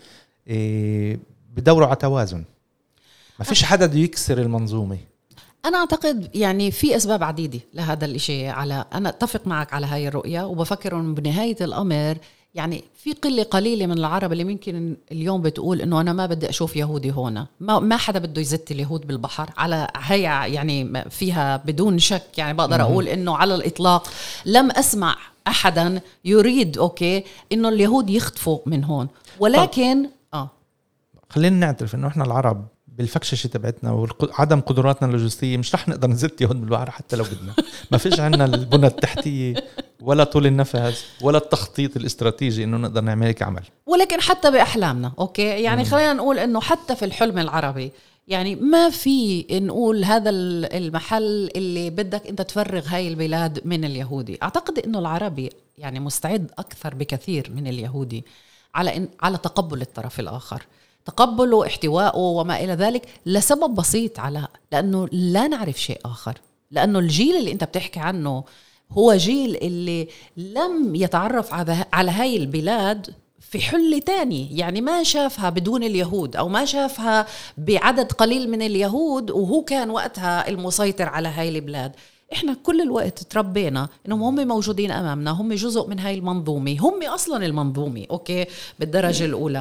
بدوروا على توازن. ما فيش حدا بده يكسر المنظومة. أنا أعتقد يعني في أسباب عديدة لهذا الإشي. على أنا أتفق معك على هاي الرؤية، وبفكر إنه بنهاية الأمر يعني في قلة قليلة من العرب اللي ممكن اليوم بتقول إنه أنا ما بدي أشوف يهودي هنا، ما ما حدا بده يزت اليهود بالبحر. على هي يعني فيها بدون شك، يعني بقدر أقول إنه على الإطلاق لم أسمع أحدا يريد أوكي إنه اليهود يختفوا من هون. ولكن آه خلينا نعترف إنه إحنا العرب بالفكششة تبعتنا وعدم قدراتنا اللوجستية مش رح نقدر نزت يهود بالبحر حتى لو بدنا. ما فيش عنا البنى التحتية ولا طول النفس ولا التخطيط الاستراتيجي إنه نقدر نعمل هيك عمل. ولكن حتى بأحلامنا أوكي، يعني خلينا نقول إنه حتى في الحلم العربي يعني ما في نقول هذا المحل اللي بدك أنت تفرغ هاي البلاد من اليهودي. أعتقد إنه العربي يعني مستعد أكثر بكثير من اليهودي على إن على تقبل الطرف الآخر، تقبله، احتوائه وما إلى ذلك، لسبب بسيط، على لأنه لا نعرف شيء آخر. لأنه الجيل اللي أنت بتحكي عنه هو جيل اللي لم يتعرف على هاي البلاد في حل تاني، يعني ما شافها بدون اليهود أو ما شافها بعدد قليل من اليهود وهو كان وقتها المسيطر على هاي البلاد. إحنا كل الوقت تربينا إنهم هم موجودين أمامنا، هم جزء من هاي المنظومة، هم أصلا المنظومة أوكي بالدرجة الأولى.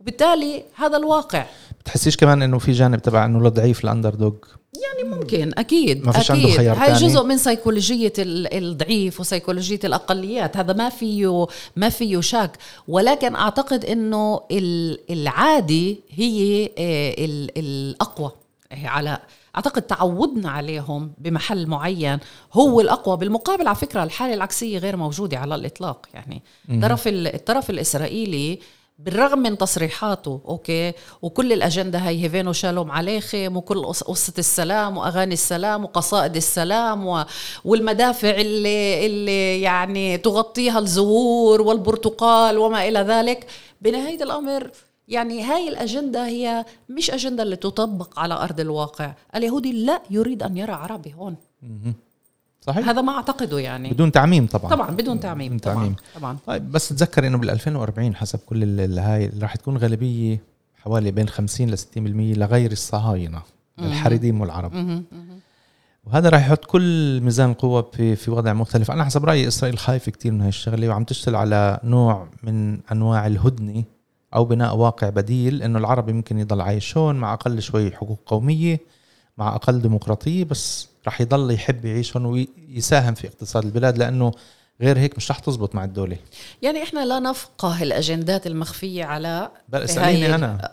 وبالتالي هذا الواقع. بتحسيش كمان انه في جانب تبع انه الضعيف الاندر دوغ؟ يعني ممكن اكيد ما فيش أكيد. عنده خيار هاي تاني. جزء من سيكولوجيه الضعيف وسيكولوجيه الاقليات، هذا ما فيه ما فيه شك. ولكن اعتقد انه العادي هي الاقوى على اعتقد تعودنا عليهم بمحل معين هو الاقوى. بالمقابل على فكره الحاله العكسيه غير موجوده على الاطلاق. يعني طرف الطرف الاسرائيلي بالرغم من تصريحاته أوكي وكل الأجندة هاي هيفينو شالوم عليخم وكل قصة السلام وأغاني السلام وقصائد السلام و... والمدافع اللي, اللي يعني تغطيها الزهور والبرتقال وما إلى ذلك، بنهاية الأمر يعني هاي الأجندة هي مش أجندة اللي تطبق على أرض الواقع. اليهودي لا يريد أن يرى عربي هون. صحيح. هذا ما أعتقده يعني بدون تعميم طبعا. طبعا بدون تعميم. بدون تعميم. طبعا. طبعا. طيب بس تذكر إنه بالألفين وأربعين حسب كل اللي هاي راح تكون غالبية حوالي بين خمسين لستين بالمية لغير الصهاينة الحريديم والعرب. وهذا راح يحط كل ميزان القوة في في وضع مختلف. أنا حسب رأيي إسرائيل خايفة كتير من هاي الشغلة وعم تشتغل على نوع من أنواع الهدنة أو بناء واقع بديل، إنه العربي ممكن يضل عايش هون مع أقل شوي حقوق قومية مع أقل ديمقراطية، بس رح يضل يحب يعيش هون ويساهم في اقتصاد البلاد، لأنه غير هيك مش رح تزبط مع الدولة. يعني إحنا لا نفقه الأجندات المخفية على بل اسأليني أنا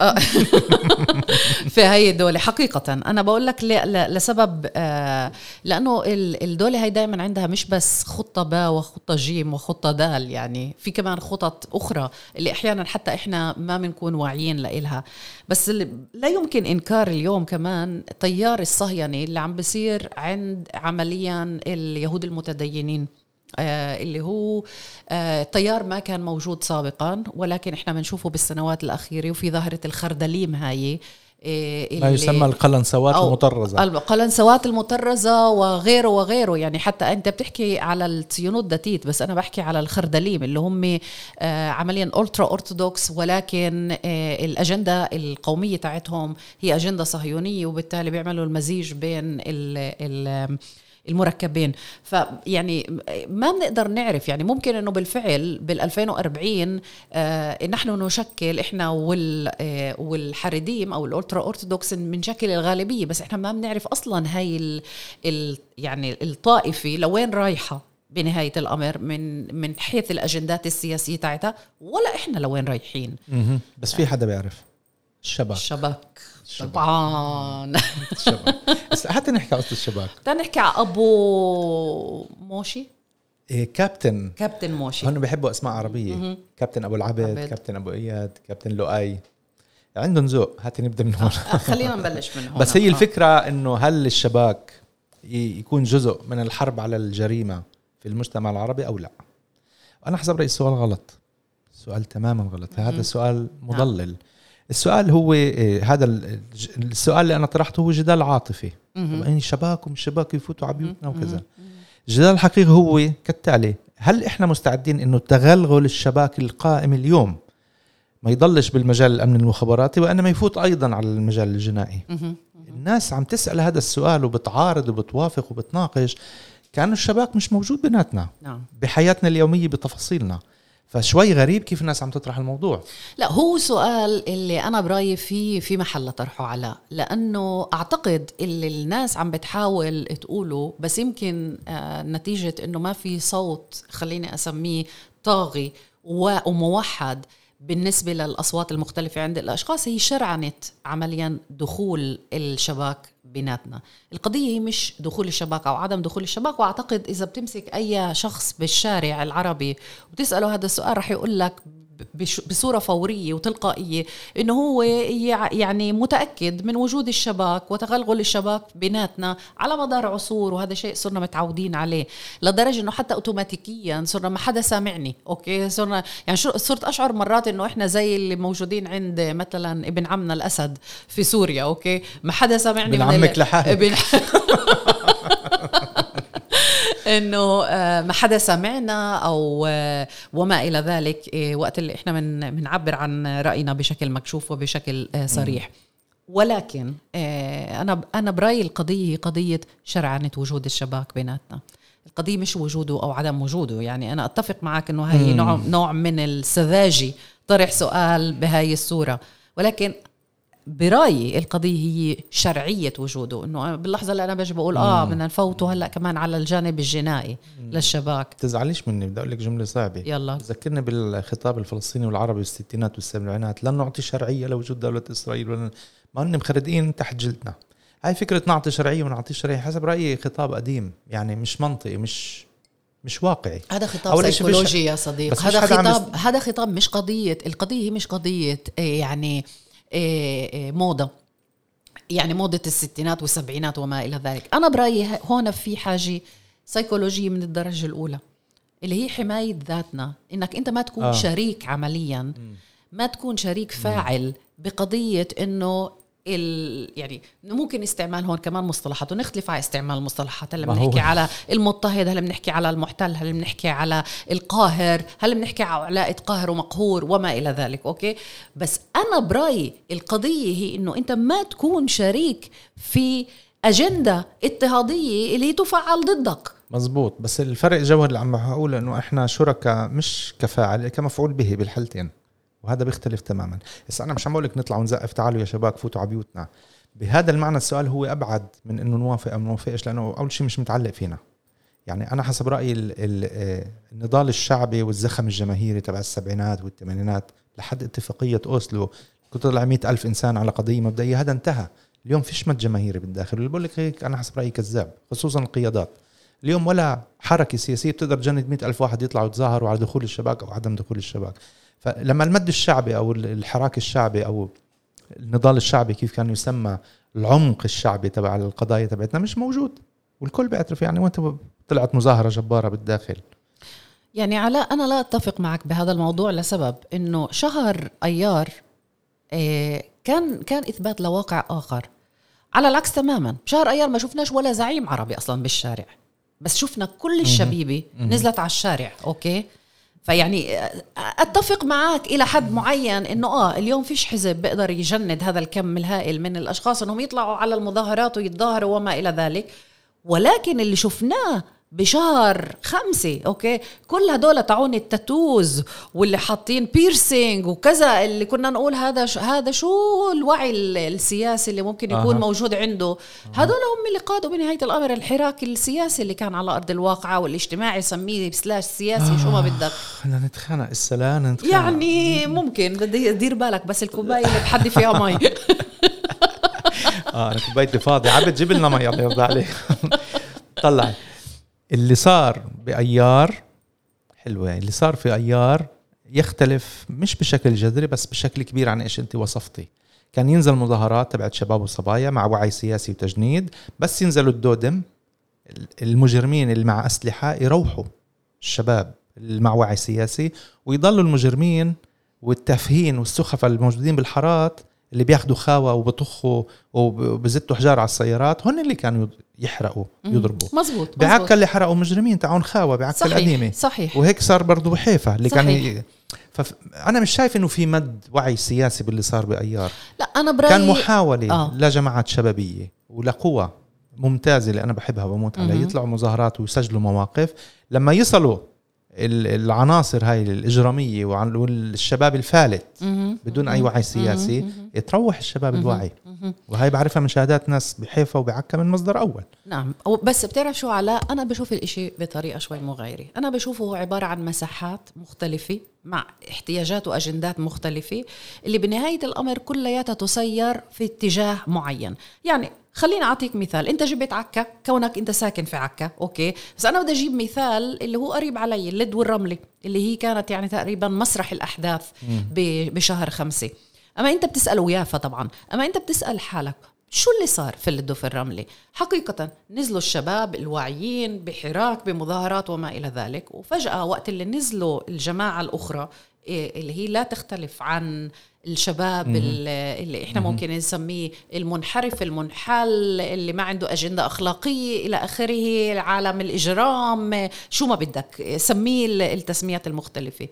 في هاي الدولة. حقيقة أنا بقول لك لسبب آه لأنه الدولة هاي دائما عندها مش بس خطة باء وخطة جيم وخطة دال، يعني في كمان خطط أخرى اللي أحيانا حتى إحنا ما بنكون واعيين لإلها. بس لا يمكن إنكار اليوم كمان تيار الصهيوني اللي عم بيصير عند عمليا اليهود المتدينين، آه اللي هو آه تيار ما كان موجود سابقا ولكن احنا بنشوفه بالسنوات الأخيرة. وفي ظاهرة الخردليم هاي آه ما يسمى القلنسوات المطرزة، القلنسوات المطرزة وغيره وغيره. يعني حتى أنت بتحكي على الصيونوت داتيت، بس أنا بحكي على الخردليم اللي هم آه عمليا أولترا أورثودوكس، ولكن آه الأجندة القومية تاعتهم هي أجندة صهيونية، وبالتالي بيعملوا المزيج بين ال ال المركبين. فيعني ما بنقدر نعرف، يعني ممكن انه بالفعل بالألفين وأربعين آه نحن نشكل احنا وال آه والحريديم او الالترا اورثودوكس بنشكل الغالبيه، بس احنا ما بنعرف اصلا هاي ال ال يعني الطائفه لوين رايحه بنهايه الامر من من حيث الاجندات السياسيه تاعتها، ولا احنا لوين رايحين. بس في حدا بيعرف؟ الشباك. الشباك طبعا. الشباك. بس حتى نحكي قصة الشباك، تعال نحكي على أبو موشي. إيه كابتن كابتن موشي. هن بيحبوا أسماء عربية. م-م. كابتن أبو العبد، عبد. كابتن أبو إياد، كابتن لؤي، عندهم ذوق. هاتي نبدأ من هون. آه خلينا نبلش من هون. بس هي الفكرة إنه هل الشباك يكون جزء من الحرب على الجريمة في المجتمع العربي أو لا؟ أنا حسب رأيي السؤال غلط، السؤال تماما غلط. م-م. هذا السؤال مضلل. نعم. السؤال هو إيه؟ هذا السؤال اللي أنا طرحته هو جدال عاطفي. يعني شباك ومش شباك يفوتوا على بيوتنا وكذا. الجدال الحقيقي هو كالتالي: هل إحنا مستعدين إنه تغلغل الشباك القائم اليوم ما يضلش بالمجال الأمن المخابراتي وإنما يفوت أيضا على المجال الجنائي؟ الناس عم تسأل هذا السؤال وبتعارض وبتوافق وبتناقش كأنه الشباك مش موجود بيناتنا بحياتنا اليومية بتفاصيلنا. فشوي غريب كيف الناس عم تطرح الموضوع. لا هو سؤال اللي أنا برأيي فيه في محل طرحه على، لأنه أعتقد اللي الناس عم بتحاول تقوله بس يمكن آه نتيجة أنه ما في صوت خليني أسميه طاغي وموحد بالنسبة للأصوات المختلفة عند الأشخاص، هي شرعنة عمليا دخول الشباك بيناتنا. القضية هي مش دخول الشباك أو عدم دخول الشباك. وأعتقد إذا بتمسك أي شخص بالشارع العربي وبتسأله هذا السؤال رح يقول لك بصورة فورية وتلقائية إنه هو يعني متأكد من وجود الشباك وتغلغل الشباك بيناتنا على مدار عصور، وهذا شيء صرنا متعودين عليه لدرجة إنه حتى أوتوماتيكيا صرنا ما حدا سامعني. أوكي صرنا يعني صرت أشعر مرات إنه إحنا زي اللي موجودين عند مثلا ابن عمنا الأسد في سوريا. أوكي ما حدا سامعني ابن عمك لحالك انه ما حدا سمعنا او وما الى ذلك وقت اللي احنا من بنعبر عن راينا بشكل مكشوف وبشكل صريح. ولكن انا انا برايي القضيه هي قضيه شرعنه وجود الشباك بيناتنا. القضية مش وجوده أو عدم وجوده. يعني أنا أتفق معك أنه هاي نوع, نوع من السذاجة طرح سؤال بهاي الصورة، ولكن برأيي القضية هي شرعية وجوده. إنه باللحظة اللي أنا بجي بقول آه بدنا نفوته هلأ كمان على الجانب الجنائي مم. للشباك. تزعليش مني، بدي أقول لك جملة صعبة. يلا ذكرني بالخطاب الفلسطيني والعربي بالستينات والسبعينات، لن نعطي شرعية لوجود دولة إسرائيل ولن... ما هن مخردين تحت جلدنا. هاي فكرة نعطي شرعية ونعطي شرعية حسب رأيي خطاب قديم، يعني مش منطقي، مش مش واقعي. هذا خطاب سيكولوجي يا صديق. هذا خطاب هذا خطاب مش قضية. القضية هي مش قضية يعني موضة، يعني موضة الستينات والسبعينات وما إلى ذلك. أنا برأيي هون في حاجة سيكولوجية من الدرجة الأولى اللي هي حماية ذاتنا، إنك أنت ما تكون آه. شريك عمليا، ما تكون شريك فاعل بقضية إنه يعني ممكن استعمال هون كمان مصطلحات ونختلف على استعمال المصطلحات. هل بنحكي على المضطهد، هل بنحكي على المحتل، هل بنحكي على القاهر، هل بنحكي على علاقة قاهر ومقهور وما إلى ذلك. أوكي، بس أنا برأيي القضية هي إنه أنت ما تكون شريك في أجندة اضطهادية اللي تفعل ضدك. مزبوط، بس الفرق جوهر اللي عم بقوله إنه إحنا شركاء مش كفاعل، كمفعول به بالحالتين، وهذا بيختلف تماما. بس أنا مش عم بقولك نطلع ونزقف تعالوا يا شباب فوتوا على بيوتنا. بهذا المعنى السؤال هو أبعد من إنه نوافق أو نوافقش، لأنه أول شيء مش متعلق فينا. يعني أنا حسب رأيي النضال الشعبي والزخم الجماهيري تبع السبعينات والثمانينات لحد اتفاقية أوسلو كنت طلع مئة ألف إنسان على قضية مبدئية، هذا انتهى. اليوم فيش مد جماهيري بالداخل، واللي بقول لك هيك أنا حسب رأيي كذاب، خصوصا القيادات. اليوم ولا حركة سياسية بتقدر تجند مئة ألف واحد يطلعوا يتظاهروا على دخول الشباك أو عدم دخول الشباك. فلما المد الشعبي أو الحراك الشعبي أو النضال الشعبي كيف كان يسمى، العمق الشعبي تبع القضايا تبعتنا مش موجود، والكل بيعترف. يعني وانت طلعت مظاهرة جبارة بالداخل. يعني علاء أنا لا أتفق معك بهذا الموضوع لسبب إنه شهر أيار إيه كان كان إثبات لواقع آخر. على العكس تماما، شهر أيار ما شفناش ولا زعيم عربي أصلا بالشارع، بس شفنا كل الشبيبة نزلت على الشارع. أوكي، فيعني أتفق معك إلى حد معين إنه آه اليوم فيش حزب بيقدر يجند هذا الكم الهائل من الأشخاص إنهم يطلعوا على المظاهرات ويتظاهروا وما إلى ذلك. ولكن اللي شفناه بشهر خمسة أوكي كل هدول تعون التاتوز واللي حاطين بيرسينج وكذا، اللي كنا نقول هذا ش... هذا شو الوعي السياسي اللي ممكن يكون آه. موجود عنده. آه. هدول هم اللي قادوا بنهاية الأمر الحراك السياسي اللي كان على أرض الواقع والاجتماعي سميه سلاش سياسي. آه. شو ما بدك بدنا نتخانق السلام نتخانق. يعني ممكن بدي دير بالك بس الكوباية اللي بحدي فيها مي اه انا كوبايتي فاضي، عبد جيب لنا مي الله يرضى عليك. طلع اللي صار بأيار حلوة، اللي صار في أيار يختلف مش بشكل جذري بس بشكل كبير عن إيش أنت وصفتي. كان ينزل مظاهرات تبعت شباب وصبايا مع وعي سياسي وتجنيد، بس ينزلوا الدودم المجرمين اللي مع أسلحة يروحوا الشباب اللي مع وعي سياسي، ويضلوا المجرمين والتافهين والسخفة الموجودين بالحارات اللي بياخدوا خاوة وبطخوا وبزتوا حجار على السيارات، هن اللي كانوا يحرقوا يضربوا. مزبوط. بعكا اللي حرقوا مجرمين تعون خاوة بعكا القديمة. صحيح. وهيك صار برضو بحيفا اللي صحيح. كان ي... فأنا مش شايف إنه في مد وعي سياسي باللي صار بأيار. لا أنا برأيي كان محاولة آه. لجماعات شبابية ولقوة ممتازة اللي أنا بحبها بموت عليها يطلعوا مظاهرات ويسجلوا مواقف. لما يصلوا العناصر هاي الإجرامية والشباب الفالت بدون أي وعي سياسي يتروح الشباب الواعي، وهاي بعرفها من شهادات ناس بحيفا وبعكا من مصدر أول. نعم، بس بتعرف شو علاء، أنا بشوف الإشي بطريقة شوي مغايرة. أنا بشوفه عبارة عن مساحات مختلفة مع احتياجات وأجندات مختلفة اللي بنهاية الأمر كلياتها تسير في اتجاه معين. يعني خليني أعطيك مثال، أنت جبت عكا كونك أنت ساكن في عكا أوكي، بس أنا بدي أجيب مثال اللي هو قريب علي، اللد والرملة اللي هي كانت يعني تقريبا مسرح الأحداث بشهر خمسة. أما أنت بتسأل ويافا طبعا، أما أنت بتسأل حالك شو اللي صار في اللد وفي الرملة؟ حقيقة نزلوا الشباب الواعيين بحراك بمظاهرات وما إلى ذلك، وفجأة وقت اللي نزلوا الجماعة الأخرى اللي هي لا تختلف عن الشباب اللي احنا ممكن نسميه المنحرف المنحل اللي ما عنده أجندة أخلاقية إلى آخره، العالم الإجرام شو ما بدك سميه التسميات المختلفة،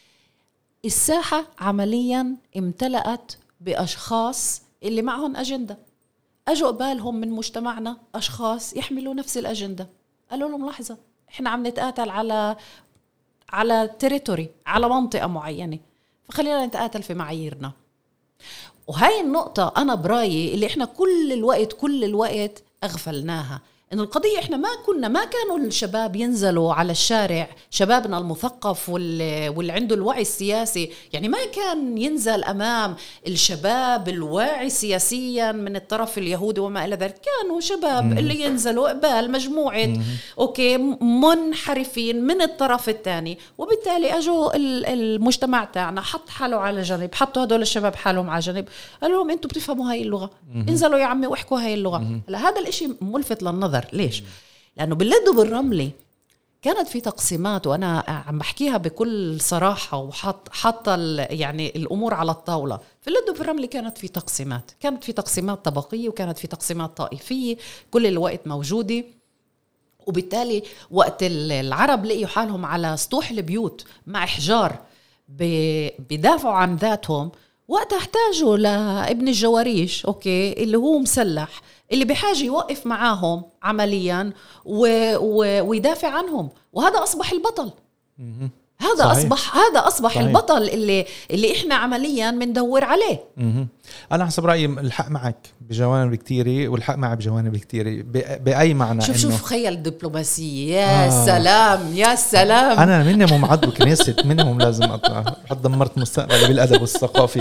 الساحة عمليا امتلأت بأشخاص اللي معهم أجندة. أجوا قبالهم من مجتمعنا أشخاص يحملوا نفس الأجندة، قالوا لهم لحظة احنا عم نتقاتل على على تيريتوري، على منطقة معينة، فخلينا نتقاتل في معاييرنا. وهاي النقطة أنا برأيي اللي إحنا كل الوقت كل الوقت أغفلناها، إنه القضية إحنا ما كنا ما كانوا الشباب ينزلوا على الشارع، شبابنا المثقف واللي, واللي عنده الوعي السياسي، يعني ما كان ينزل أمام الشباب الواعي سياسيا من الطرف اليهودي وما إلى ذلك. كانوا شباب مم. اللي ينزلوا قبال مجموعة مم. أوكي منحرفين من الطرف الثاني، وبالتالي أجوا المجتمع تاعنا حط حاله على جنب، حطوا هدول الشباب حالهم على جنب، قالوا لهم أنتوا بتفهموا هاي اللغة، مم. انزلوا يا عمي واحكوا هاي اللغة. هلا هذا الإشي ملفت للنظر. ليش؟ لأنه باللد وبالرملة كانت في تقسيمات، وأنا عم بحكيها بكل صراحة وحط حط يعني الأمور على الطاولة. في اللد وبالرملة كانت في تقسيمات، كانت في تقسيمات طبقية وكانت في تقسيمات طائفية كل الوقت موجودة. وبالتالي وقت العرب لقيوا حالهم على سطوح البيوت مع حجار بدافعوا عن ذاتهم، وقت احتاجوا لابن الجواريش أوكي اللي هو مسلح، اللي بحاجة يوقف معاهم عمليا و... و... ويدافع عنهم، وهذا أصبح البطل. هذا صحيح. أصبح هذا أصبح صحيح. البطل اللي اللي إحنا عمليا بندور عليه. مم. أنا حسب رأيي الحق معك بجوانب كتيرة والحق معي بجوانب كتيرة ب... بأي معنى. شوف شوف خيال الدبلوماسية يا آه. سلام يا سلام. أنا منهم عضو كنيسة، منهم لازم أطلع، حد دمرت مستقبلي بالأدب والثقافي.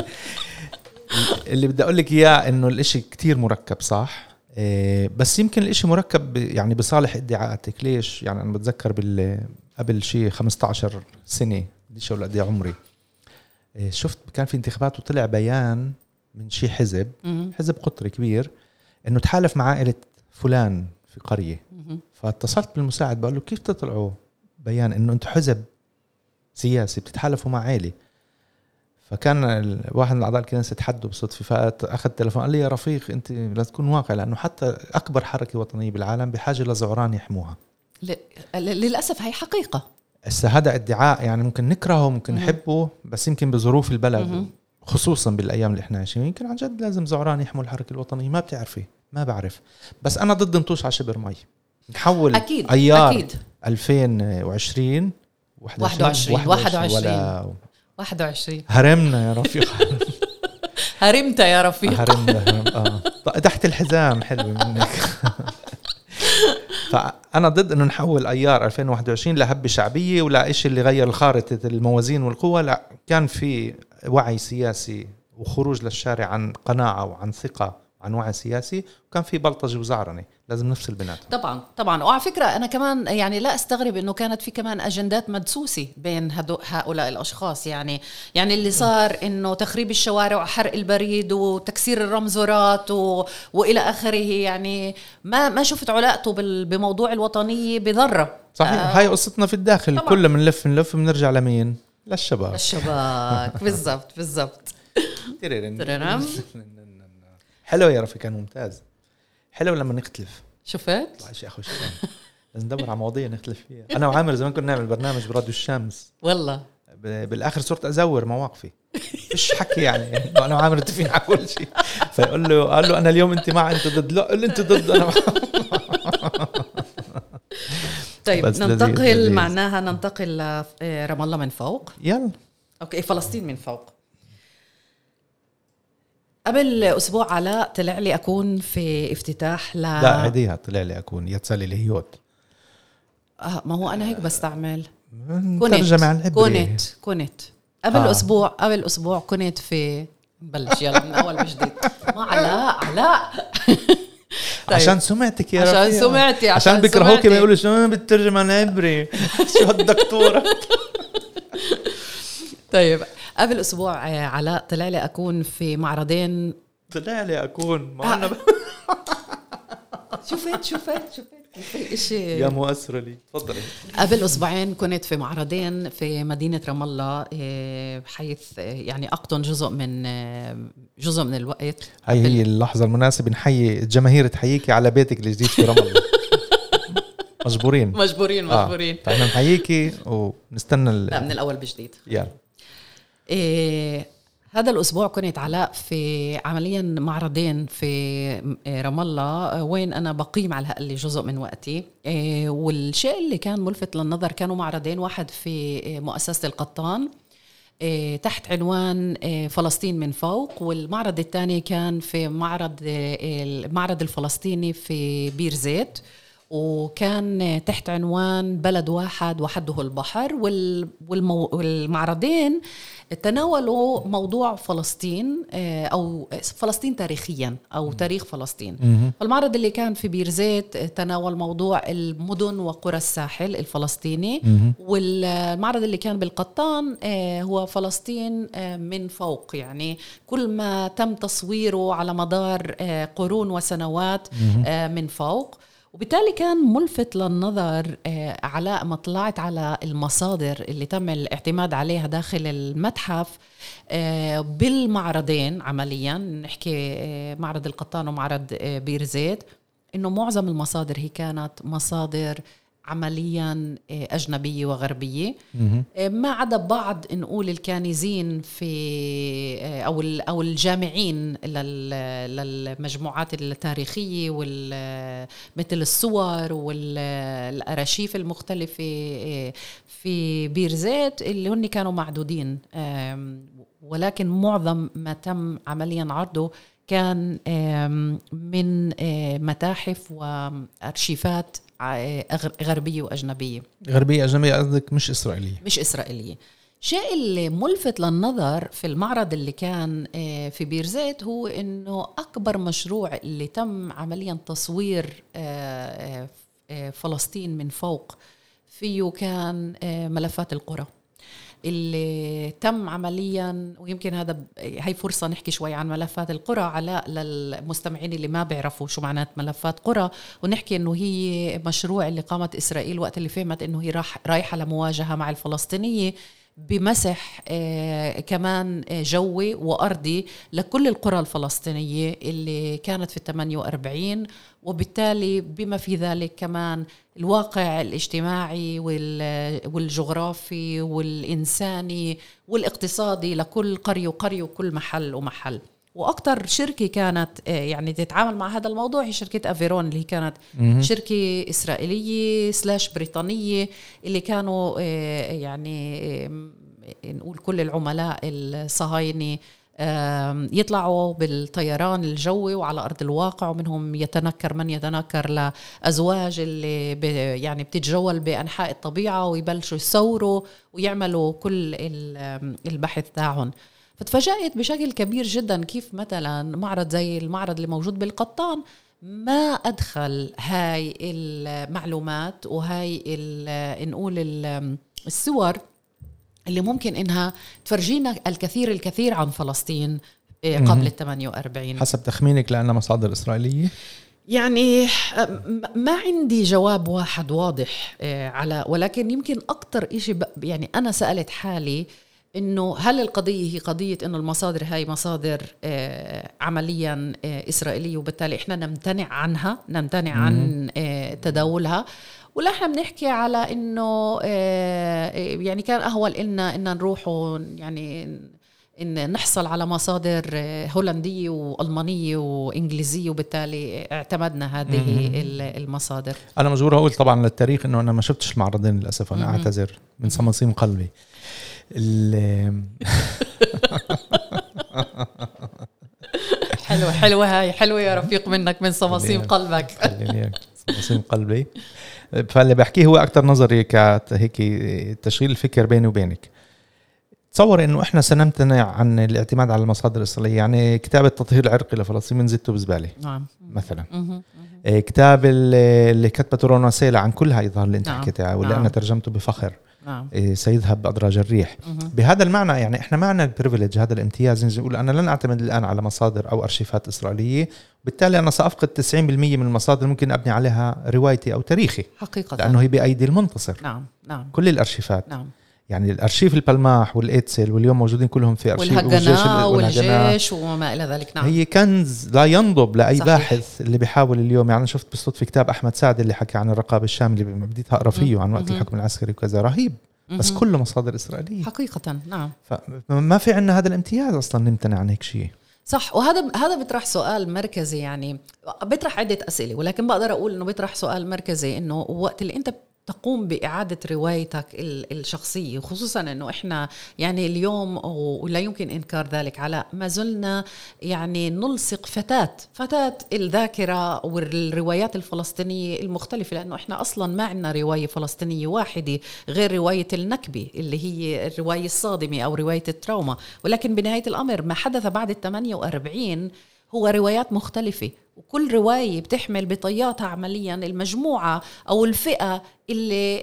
اللي بدي أقول لك إياه إنه الإشي كتير مركب صح، إيه بس يمكن الإشي مركب يعني بصالح ادعاءاتك. ليش؟ يعني أنا بتذكر بال قبل شيء خمسة عشر سنة دي شو قد عمري، إيه شفت كان في انتخابات وطلع بيان من شيء حزب حزب قطري كبير إنه تحالف مع عائلة فلان في قرية. فاتصلت بالمساعد بقول له كيف تطلعوا بيان إنه أنتوا حزب سياسي بتتحالفوا مع عائلة؟ فكان واحد من أعضاء الكنيسة تحدوا بصدفة، فأخذ تلفون قال لي يا رفيق أنت لا تكون واقع، لأنه حتى أكبر حركة وطنية بالعالم بحاجة لزعران يحموها. للأسف هي حقيقة. هسه هذا ادعاء يعني ممكن نكرهه ممكن نحبه، بس يمكن بظروف البلد خصوصا بالأيام اللي احنا عايشين يمكن عن جد لازم زعران يحموا الحركة الوطنية. ما بتعرفي ما بعرف، بس أنا ضد نطوش على شبر مي، نحول أكيد. أيار أكيد. ألفين وعشرين واحد وعشرين واحد وعشرين واحد وعشرين هرمنا يا رفيق. هرمت يا رفيق. هرمنا آه. تحت الحزام حلو منك. فأنا ضد إنه نحول أيار ألفين وواحد وعشرين لهبة شعبية ولا إشي اللي غير الخارطة الموازين والقوة. لا، كان في وعي سياسي وخروج للشارع عن قناعة وعن ثقة عن وعي سياسي، وكان في بلطجة وزعرنة. لازم نفصل بيناتهم. طبعا طبعا. وعلى فكرة أنا كمان يعني لا أستغرب إنه كانت في كمان أجندات مدسوسة بين هؤلاء الأشخاص. يعني يعني اللي صار إنه تخريب الشوارع وحرق البريد وتكسير الرمزورات و... وإلى آخره. يعني ما ما شفت علاقته بال... بموضوع الوطنية بذرة. صحيح. آه. هاي قصتنا في الداخل طبعاً. كل من نلف نلف بنرجع لمين؟ للشباب. للشباب. بالضبط بالضبط. حلو يا رفيق، كان ممتاز. حلو لما نختلف. شفت؟ والله شيء أخو شيء. لازم ندور على مواضيع نختلف فيها. أنا وعامر زمان كنا نعمل برنامج براديو الشمس. والله. بالآخر صرت أزور مواقفي. فيش حكي يعني. أنا وعامر متفقين على كل شيء. فيقول له قال له أنا اليوم أنت مع أنت ضد. لا قل أنت ضد أنا. طيب ننتقل لذيذ. معناها ننتقل لرام الله من فوق. يلا. أوكي فلسطين من فوق. قبل أسبوع علاء طلع لي أكون في افتتاح ل... لا عاديها طلع لي أكون يتسالي الهيوت. آه ما هو أنا هيك بستعمل ترجمة عن العبري. كنت كنت قبل آه. أسبوع قبل أسبوع كنت في بلش يلا من أول بجديد. ما علاء علاء طيب. عشان سمعتك يا عشان رفيع. سمعتي عشان, عشان بيكرهوك ما يقولوا شو بتترجم عن العبري. شو هالدكتورة. طيب قبل أسبوع علاء طلع لي أكون في معرضين. طلع لي أكون ما أنا ب... شوفت شوفت شوفت إشي يا مؤثرة لي. تفضلي. قبل أسبوعين كنت في معرضين في مدينة رام الله، حيث يعني أقطن جزء من جزء من الوقت. هاي هي اللحظة المناسبة نحيي الجماهير، تحييكي على بيتك الجديد في رام الله. مجبورين مجبورين مجبورين. آه. نحييكي ونستنى ال... لا من الأول بجديد. يلا. إيه هذا الأسبوع كنت علاء في عمليا معرضين في رام الله وين أنا بقيم على هاللي جزء من وقتي. والشيء اللي كان ملفت للنظر كانوا معرضين، واحد في مؤسسة القطان تحت عنوان فلسطين من فوق، والمعرض الثاني كان في معرض المعرض الفلسطيني في بير زيت، وكان تحت عنوان بلد واحد وحده البحر. والمعرضين تناولوا موضوع فلسطين أو فلسطين تاريخيا أو تاريخ فلسطين. فالمعرض اللي كان في بير زيت تناول موضوع المدن وقرى الساحل الفلسطيني، والمعرض اللي كان بالقطان هو فلسطين من فوق، يعني كل ما تم تصويره على مدار قرون وسنوات من فوق. وبالتالي كان ملفت للنظر على ما طلعت على المصادر اللي تم الاعتماد عليها داخل المتحف بالمعرضين عمليا، نحكي معرض القطان ومعرض بير زيت، إنه معظم المصادر هي كانت مصادر عمليا أجنبية وغربية، ما عدا بعض نقول الكانزين في أو أو الجامعين للمجموعات التاريخية مثل الصور والأرشيف المختلفة في بير زيت اللي هن كانوا معدودين. ولكن معظم ما تم عمليا عرضه كان من متاحف وأرشيفات غربية وأجنبية. غربية أجنبية قصدك، مش إسرائيلية؟ مش إسرائيلية. شيء اللي ملفت للنظر في المعرض اللي كان في بير زيت هو إنه أكبر مشروع اللي تم عمليا تصوير فلسطين من فوق فيه كان ملفات القرى اللي تم عمليا. ويمكن هذا هي فرصة نحكي شوي عن ملفات القرى على للمستمعين اللي ما بيعرفوا شو معنات ملفات قرى، ونحكي انه هي مشروع اللي قامت إسرائيل وقت اللي فهمت انه هي راح رايحة لمواجهة مع الفلسطينية بمسح آه كمان جوي وأرضي لكل القرى الفلسطينية اللي كانت في الثمانية وأربعين، وبالتالي بما في ذلك كمان الواقع الاجتماعي والجغرافي والإنساني والاقتصادي لكل قرية وقرية وكل محل ومحل. وأكتر شركة كانت يعني تتعامل مع هذا الموضوع هي شركة أفيرون، اللي كانت شركة إسرائيلية سلاش بريطانية، اللي كانوا يعني نقول كل العملاء الصهاينة يطلعوا بالطيران الجوي وعلى أرض الواقع، ومنهم يتنكر من يتنكر لأزواج اللي يعني بتتجول بأنحاء الطبيعة ويبلشوا يصوروا ويعملوا كل البحث تاعهم. فتفاجأت بشكل كبير جدا كيف مثلا معرض زي المعرض اللي موجود بالقطان ما أدخل هاي المعلومات وهاي نقول الصور اللي ممكن إنها تفرجينا الكثير الكثير عن فلسطين قبل الثمانية وأربعين حسب تخمينك لأنها مصادر إسرائيلية. يعني ما عندي جواب واحد واضح على، ولكن يمكن أكتر إشي يعني أنا سألت حالي إنه هل القضية هي قضية إنه المصادر هاي مصادر آه عمليا آه إسرائيلية وبالتالي إحنا نمتنع عنها نمتنع عن آه تداولها، ولا إحنا بنحكي على إنه آه يعني كان أهول إلنا إن نروح يعني إن نحصل على مصادر هولندية وألمانية وإنجليزية وبالتالي اعتمدنا هذه المصادر. أنا مجبور أقول طبعا للتاريخ إنه أنا ما شفتش المعرضين للأسف، أنا أعتذر من صمصيم قلبي. حلوة حلوة هاي حلوة يا رفيق منك من صمصيم قلبك. صمصيم قلبي. فاللي بحكيه هو أكتر نظري كهيك تشغيل الفكر بيني وبينك. تصور إنه إحنا سنمتنع عن الاعتماد على المصادر الإسرائيلية، يعني كتاب التطهير العرقي لفلسطين من زدته بزبالة نعم مثلا. كتاب اللي كتبته رونا سيلا عن كل هاي الظاهر اللي انت نعم. حكيتها واللي نعم. أنا ترجمته بفخر نعم. سيذهب بأدراج الريح. بهذا المعنى يعني إحنا معنا البريفيليج، هذا الامتياز، نجي نقول أنا لن أعتمد الآن على مصادر أو أرشيفات إسرائيلية، بالتالي أنا سأفقد تسعين بالمية من المصادر ممكن أبني عليها روايتي أو تاريخي حقيقة، لأنه هي بأيدي المنتصر. نعم نعم كل الأرشيفات نعم. يعني الأرشيف البلماح والإتسل واليوم موجودين كلهم في أرشيف والهجناء والجيش وما إلى ذلك. نعم. هي كنز لا ينضب لأي صحيح. باحث اللي بيحاول اليوم. يعني شفت بالصدفة كتاب أحمد سعد اللي حكى عن الرقابة الشاملة، بديت أقرأ فيه عن وقت الحكم العسكري وكذا، رهيب بس كله مصادر إسرائيلية حقيقة. نعم. فما في عنا هذا الامتياز أصلا نمتنع عن هيك شيء. صح. وهذا هذا بيطرح سؤال مركزي، يعني بيطرح عدة أسئلة، ولكن بقدر أقول إنه بيطرح سؤال مركزي، إنه وقت اللي أنت تقوم بإعادة روايتك الشخصية، خصوصا أنه إحنا يعني اليوم ولا يمكن إنكار ذلك على ما زلنا يعني نلصق فتاة فتاة الذاكرة والروايات الفلسطينية المختلفة، لأنه إحنا أصلا ما عندنا رواية فلسطينية واحدة غير رواية النكبة اللي هي الرواية الصادمة أو رواية التراوما. ولكن بنهاية الأمر ما حدث بعد الثمانية وأربعين هو روايات مختلفة، وكل رواية بتحمل بطياتها عمليا المجموعة أو الفئة اللي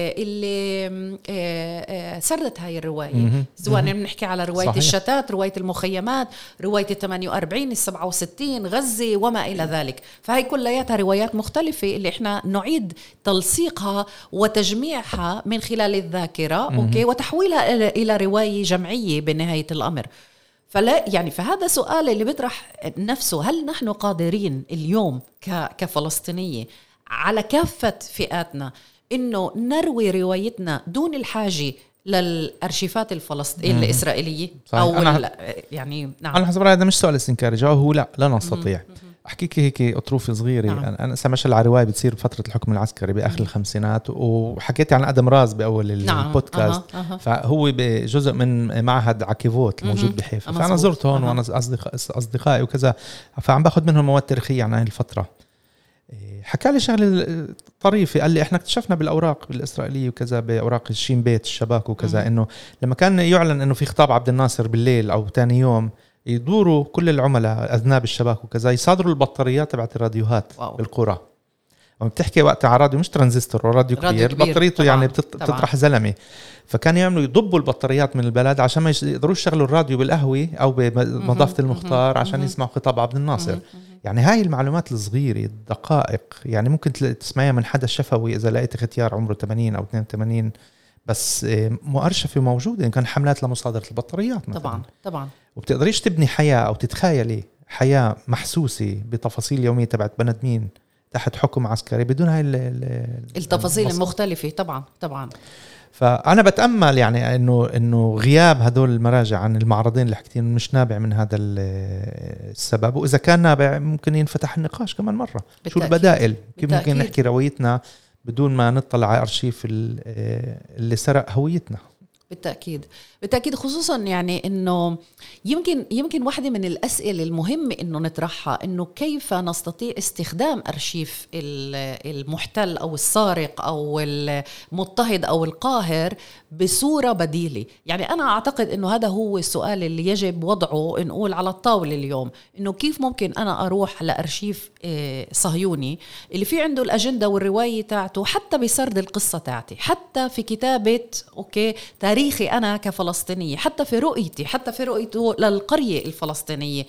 اللي سردت هاي الرواية، سواء بنحكي على رواية صحيح. الشتات، رواية المخيمات، رواية الثمانية وأربعين، السبعة وستين، غزة وما إلى ذلك. فهي كلياتها روايات مختلفة اللي إحنا نعيد تلصيقها وتجميعها من خلال الذاكرة أوكي، وتحويلها إلى رواية جمعية بنهاية الأمر. فلا يعني فهذا سؤال اللي بيطرح نفسه، هل نحن قادرين اليوم كفلسطينية على كافة فئاتنا إنه نروي روايتنا دون الحاجة للأرشيفات الفلسطينية الإسرائيلية أو أنا يعني نعم. على حسب رأيي هذا مش سؤال استنكاري، جواب هو لا لا نستطيع. أحكيك هيك أطروفة صغيرة. نعم. أنا سمعت على رواية بتصير بفترة الحكم العسكري بآخر مم. الخمسينات، وحكيت عن أدم راز بأول نعم. البودكاست. أه. أه. فهو بجزء من معهد عكيفوت الموجود بحيفا، فأنا زرت هون أه. وأنا أصدقاء أصدقائي وكذا، فعم باخد منهم مواد تاريخية عن هذه الفترة. حكى لي شغله طريفه، قال لي احنا اكتشفنا بالاوراق الاسرائيليه وكذا، باوراق الشين بيت الشباك وكذا، مم. انه لما كان يعلن انه في خطاب عبد الناصر بالليل او ثاني يوم، يدوروا كل العملاء اذناب الشباك وكذا يصادروا البطاريات تبعت الراديوهات واو. بالقرى. وعم بتحكي وقت على راديو مش ترانزستور، راديو كبير بطاريته يعني بتطرح زلمه، فكان يعملوا يضبوا البطاريات من البلد عشان ما يقدروش يشغلوا الراديو بالقهوه او بنظافه المختار عشان مم. يسمعوا خطاب عبد الناصر. مم. يعني هاي المعلومات الصغيرة الدقائق يعني ممكن تسمعها من حدا شفوي إذا لقيت ختيار عمره ثمانين أو اثنين وثمانين، بس مؤرشفة موجودة. إن كان حملات لمصادرة البطاريات مثلا. طبعا طبعا. وبتقدريش تبني حياة أو تتخيلي حياة محسوسة بتفاصيل يومية تبعت بني آدمين تحت حكم عسكري بدون هاي التفاصيل المختلفة. طبعا طبعا. فأنا بتأمل يعني إنه إنه غياب هدول المراجع عن المعرضين اللي حكيتين مش نابع من هذا السبب، وإذا كان نابع ممكن ينفتح النقاش كمان مرة. بالتأكيد. شو البدائل؟ كيف ممكن نحكي روايتنا بدون ما نطلع على أرشيف اللي سرق هويتنا؟ بالتأكيد بالتأكيد، خصوصا يعني إنه يمكن يمكن واحدة من الأسئلة المهمة إنه نطرحها إنه كيف نستطيع استخدام أرشيف المحتل أو السارق أو المضطهد أو القاهر بصورة بديلة. يعني أنا أعتقد إنه هذا هو السؤال اللي يجب وضعه نقول على الطاولة اليوم، إنه كيف ممكن أنا أروح لأرشيف صهيوني اللي في عنده الأجندة والرواية تاعته، حتى بسرد القصة تاعتي، حتى في كتابة أوكي تاريخي أنا كفلسطينية، حتى في رؤيتي، حتى في رؤيته للقرية الفلسطينية.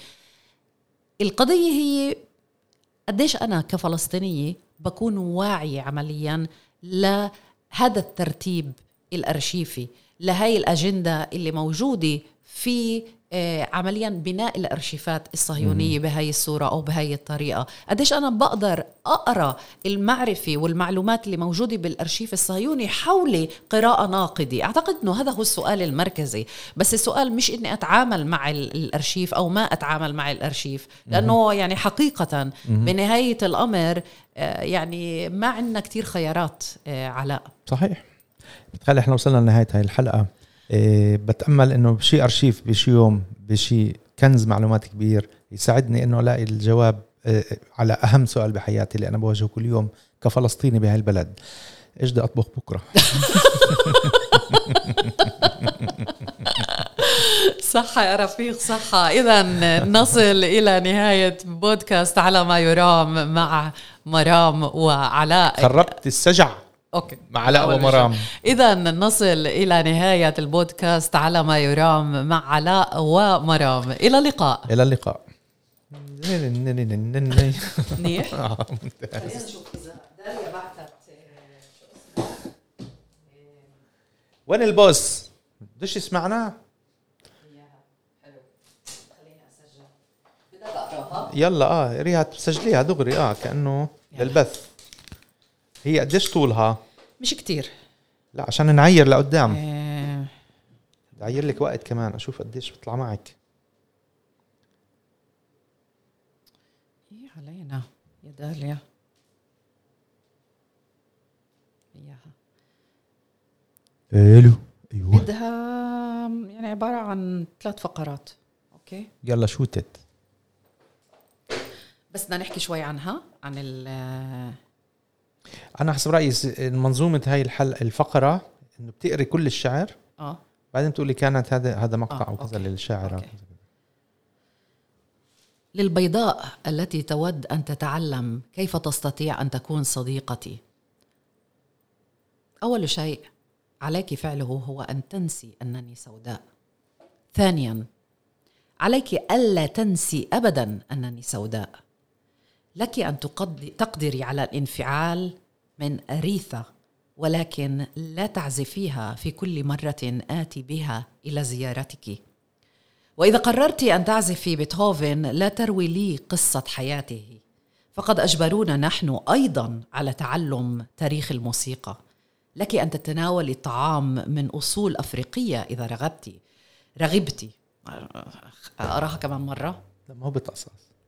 القضية هي قديش أنا كفلسطينية بكون واعي عمليا لهذا الترتيب الأرشيفي، لهاي الأجندة اللي موجودة في عمليا بناء الأرشيفات الصهيونية بهاي الصورة أو بهاي الطريقة. قديش أنا بقدر أقرأ المعرفة والمعلومات اللي موجودة بالأرشيف الصهيوني حول قراءة ناقدة. أعتقد أنه هذا هو السؤال المركزي، بس السؤال مش إني أتعامل مع الأرشيف أو ما أتعامل مع الأرشيف، لأنه يعني حقيقة بنهاية الأمر يعني ما عندنا كتير خيارات. علاء صحيح. بتخيل إحنا وصلنا لنهاية هاي الحلقة. إيه بتأمل إنه بشي أرشيف بشي يوم بشي كنز معلومات كبير يساعدني إنه ألاقي الجواب إيه على أهم سؤال بحياتي اللي أنا بواجهه كل يوم كفلسطيني بهاي البلد: إيش بدي أطبخ بكرة؟ صحة يا رفيق، صحة. إذا نصل إلى نهاية بودكاست على ما يرام مع مرام وعلاء. خربت السجع. أوكي. مع علاء ومرام. إذا نصل إلى نهاية البودكاست على ما يرام مع علاء ومرام. إلى اللقاء. إلى اللقاء. منيح. خلينا نشوف إذا داليا بعثت وين البوس؟ بدش يسمعنا؟ حلو. خليني أسجل. بدك أقرأها؟ يلا آه ريها سجليها دغري آه كأنه للبث. هي قديش طولها؟ مش كتير. لا عشان نعير لقدام. إيه. عير لك وقت كمان اشوف قديش بيطلع معك. ايه علينا يا داليا اياها. حلو ايوه. بدها يعني عبارة عن ثلاث فقرات. اوكي يلا شوتت. بس بدنا نحكي شوي عنها عن ال انا حسب رايي منظومه هاي الحل الفقره انه بتقري كل الشعر اه بعدين بتقولي كانت هذا هذا مقطع آه، او كذا أوكي. للشاعر. أوكي. للبيضاء التي تود أن تتعلم كيف تستطيع أن تكون صديقتي. أول شيء عليك فعله هو أن تنسي أنني سوداء. ثانياً عليك ألا تنسي أبداً أنني سوداء. لك أن تقدري على الانفعال من أريثة ولكن لا تعزفيها في كل مرة آتي بها إلى زيارتك. وإذا قررت أن تعزفي بيتهوفن لا تروي لي قصة حياته، فقد أجبرونا نحن أيضاً على تعلم تاريخ الموسيقى. لك أن تتناولي الطعام من أصول أفريقية إذا رغبتي رغبتي أراها كمان مرة. لا ما هو بتقصص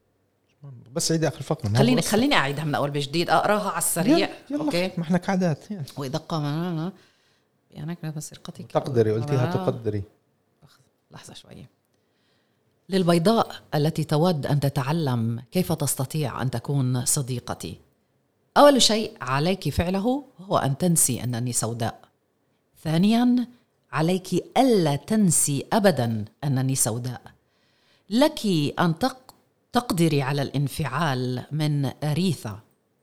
بس عيد آخر فقرة. خليني خليني أعيدها من أول بجديد أقراها على السريع. يلا أوكي ما احنا كعادات يعني. وإذا قام يعني كانت سرقتك تقدري قلتيها تقدري. لحظة شوية. للبيضاء التي تود أن تتعلم كيف تستطيع أن تكون صديقتي. أول شيء عليك فعله هو أن تنسي أنني سوداء. ثانياً عليك ألا تنسي أبداً أنني سوداء. لك أن تقدري على الانفعال من أريثة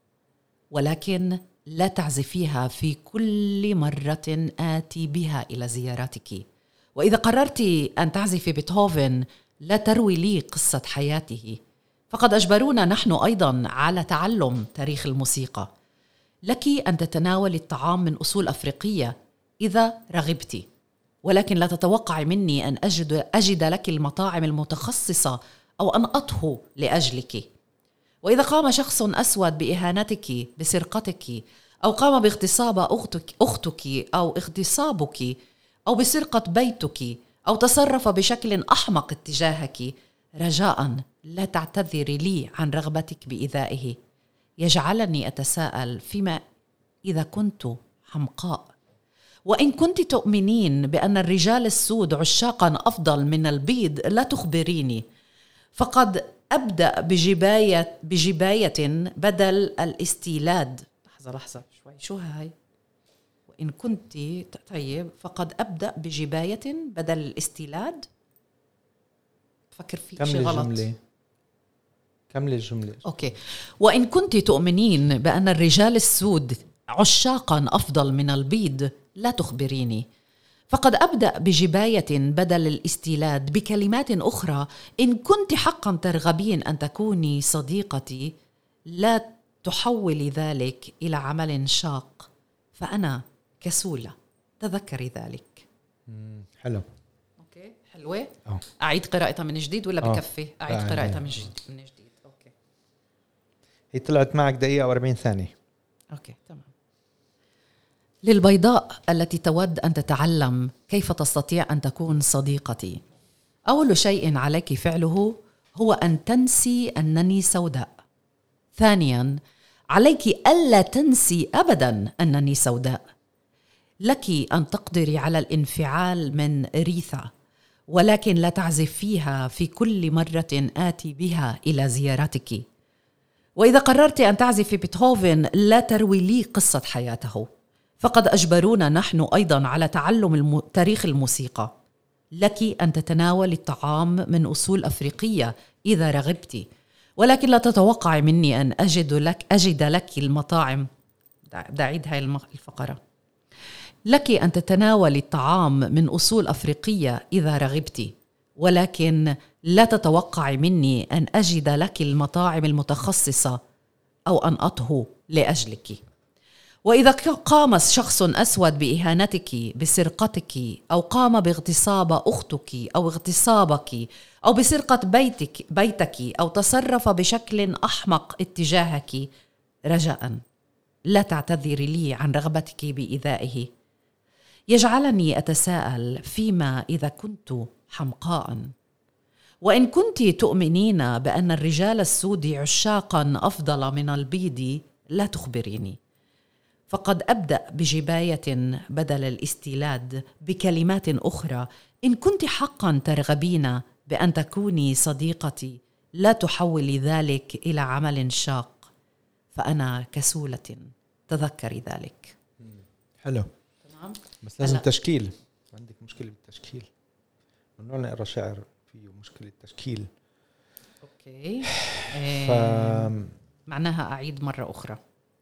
ولكن لا تعزفيها في كل مرة آتي بها إلى زيارتك. وإذا قررت أن تعزفي بيتهوفن لا تروي لي قصة حياته، فقد أجبرونا نحن أيضاً على تعلم تاريخ الموسيقى. لك أن تتناولي الطعام من أصول أفريقية إذا رغبت، ولكن لا تتوقعي مني أن أجد, أجد لك المطاعم المتخصصة أو أن أطهو لأجلك. وإذا قام شخص أسود بإهانتك بسرقتك أو قام باغتصاب أختك, أختك أو اغتصابك أو بسرقة بيتك أو تصرف بشكل أحمق اتجاهك، رجاءً لا تعتذري لي عن رغبتك بإيذائه. يجعلني أتساءل فيما إذا كنت حمقاء. وإن كنت تؤمنين بأن الرجال السود عشاقاً أفضل من البيض لا تخبريني، فقد أبدأ بجباية, بجباية بدل الاستيلاد. لحظة لحظة شوي شو هاي؟ وإن كنت طيب فقد أبدأ بجباية بدل الاستيلاد. فكر فيك شيء غلط. الجملة. كمل الجملة. أوكي. وإن كنت تؤمنين بأن الرجال السود عشاقاً أفضل من البيض لا تخبريني، فقد أبدأ بجباية بدل الاستيلاد. بكلمات أخرى، إن كنت حقاً ترغبين أن تكوني صديقتي لا تحولي ذلك إلى عمل شاق، فأنا كسولة، تذكري ذلك. حلو. أوكي حلوة. أوه. أعيد قراءتها من جديد ولا أوه. بكفي؟ أعيد آه قراءتها آه. من جديد من جديد. أوكي. هي طلعت معك دقيقة وأربعين ثانية. أوكي تمام. للبيضاء التي تود أن تتعلم كيف تستطيع أن تكون صديقتي. أول شيء عليك فعله هو أن تنسي أنني سوداء. ثانياً عليك ألا تنسي أبداً أنني سوداء. لك أن تقدري على الانفعال من ريثة ولكن لا تعزفيها في كل مرة آتي بها إلى زيارتك. وإذا قررت أن تعزفي بيتهوفن لا تروي لي قصة حياته، فقد أجبرونا نحن أيضاً على تعلم الم... تاريخ الموسيقى. لك أن تتناولي الطعام من أصول أفريقية إذا رغبت، ولكن لا تتوقعي مني أن أجد لك أجد لك المطاعم. بدي أعيد هاي الفقرة. لك أن تتناولي الطعام من أصول أفريقية إذا رغبت، ولكن لا تتوقعي مني أن أجد لك المطاعم المتخصصة أو أن أطهو لأجلك. وإذا قام شخص أسود بإهانتك بسرقتك أو قام باغتصاب أختك أو اغتصابك أو بسرقة بيتك, بيتك أو تصرف بشكل أحمق اتجاهك، رجاءً لا تعتذري لي عن رغبتك بإيذائه. يجعلني أتساءل فيما إذا كنت حمقاء. وإن كنت تؤمنين بأن الرجال السود عشاقا أفضل من البيض لا تخبريني، فقد أبدأ بجباية بدل الاستيلاد. بكلمات أخرى، إن كنت حقا ترغبين بأن تكوني صديقتي لا تحولي ذلك إلى عمل شاق، فأنا كسولة، تذكري ذلك. حلو. تمام. بس لازم هلا. تشكيل، عندك مشكلة بالتشكيل، ممنوع نقرا شعر فيه مشكلة تشكيل. أوكي. ف... معناها أعيد مرة أخرى.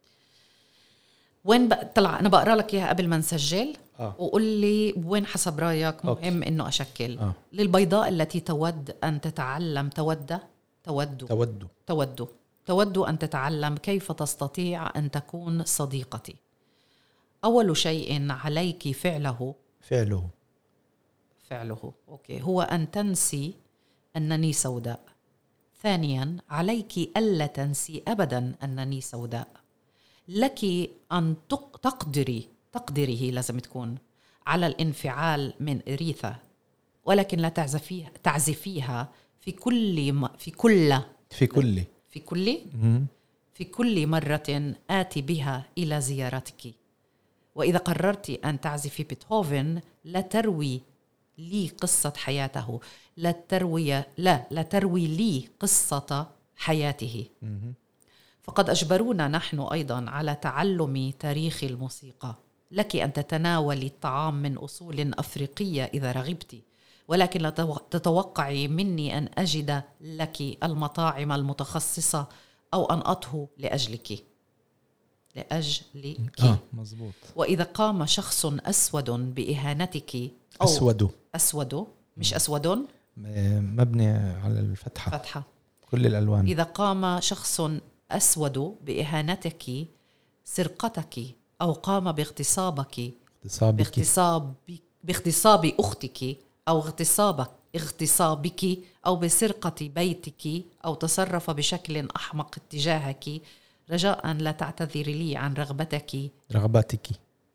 وين بق... طلع أنا بقرأ لك إياها قبل ما نسجل. آه. وقول لي وين حسب رأيك مهم أوكي. إنه أشكل. آه. للبيضاء التي تود أن تتعلم تود تود تود تود تود أن تتعلم كيف تستطيع أن تكون صديقتي. أول شيء عليك فعله فعله فعله أوكي هو أن تنسي أنني سوداء. ثانيا، عليك ألا تنسي أبدا أنني سوداء. لك أن تقدري تقدره لازم تكون على الانفعال من إريثة، ولكن لا تعزفيها تعزفيها في كل م... في كل في كل في كل م- في كل مرة آتي بها إلى زيارتك. وإذا قررت أن تعزفي بيتهوفن لا تروي لي قصة حياته، لا تروي لا لا تروي لي قصة حياته. م- فقد أجبرونا نحن أيضا على تعلم تاريخ الموسيقى. لك أن تتناولي الطعام من أصول أفريقية إذا رغبت، ولكن لا تتوقعي مني أن أجد لك المطاعم المتخصصة أو أن أطهو لأجلك لأجلك آه مزبوط. وإذا قام شخص أسود بإهانتك أو أسود أسود مش أسود م- مبني على الفتحة، فتحة. كل الألوان. إذا قام شخص أسود بإهانتك، سرقتك، أو قام باغتصابك اغتصابك باغتصاب باغتصاب أختك أو اغتصابك اغتصابك أو بسرقة بيتك أو تصرف بشكل أحمق اتجاهك، رجاء لا تعتذري لي عن رغبتك رغباتك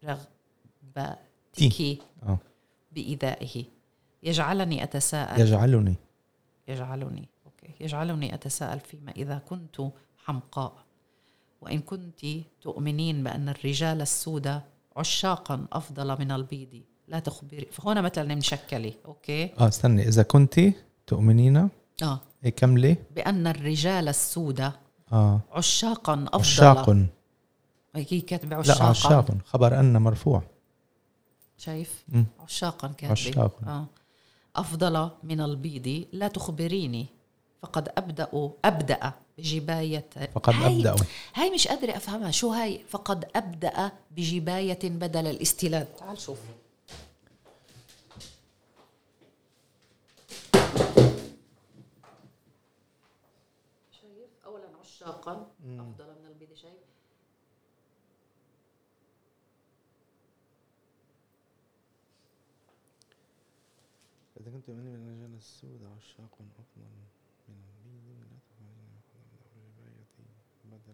رغبتك آه. بإيذائه. يجعلني أتساءل يجعلني يجعلني أوكي يجعلني أتساءل فيما إذا كنت حمقاء، وإن كنت تؤمنين بأن الرجال السوداء عشاقا أفضل من البيض لا تخبري. فهنا مثلا مشكلة أوكي آه استني، إذا كنت تؤمنين آه إيه كملي بأن الرجال السوداء آه عشاقا أفضل. عشاق، هي كاتبة لا عشاقا. عشاق خبر أن مرفوع. شايف م. عشاقا كاتبة عشاق. آه. أفضل من البيض لا تخبريني. فقد أبدأ أبدأ بجباية فقد هاي أبدأ هاي مش قادرة أفهمها. شو هاي فقد أبدأ بجباية بدل الاستيلاد؟ تعال شوف. شايف أولا عشاقا أفضل من البيض. شايف إذا كنت من الرجال السوداء عشاق أفضل من البيض لا تخبرين بدل.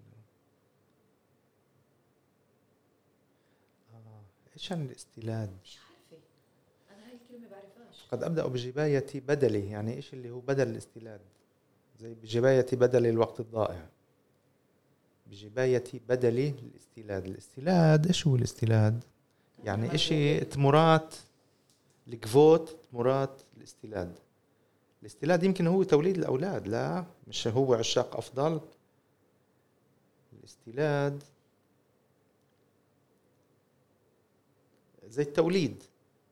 آه. إيش عن الاستيلاد؟ مش عارفة أنا هاي الكلمة بعرفهاش. قد أبدأ بجباية بدلي، يعني إيش اللي هو بدل الاستيلاد؟ زي بجباية بدل الوقت الضائع، بجباية بدل الاستيلاد. الاستيلاد إيش هو الاستيلاد؟ يعني إشي تمرات الكفوت، تمرات الاستيلاد. الاستيلاد يمكن هو توليد الأولاد، لا مش هو عشاق أفضل. الاستيلاد زي التوليد،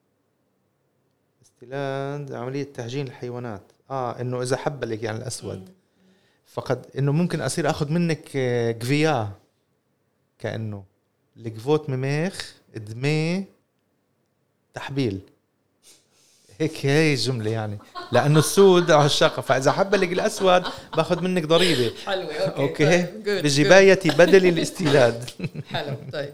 استيلاد عملية تهجين الحيوانات. آه إنه إذا حب لك يعني الأسود فقد إنه ممكن أصير أخذ منك جفيا، كأنه الجفوت مميخ دمي تحبيل هيك، هي الجملة يعني، لأنه السود عشاقة، فإذا حب لك الأسود باخذ منك ضريبة. حلوة أوكي, أوكي. طيب. good, بجباية بدل الاستيلاد. good. حلو طيب.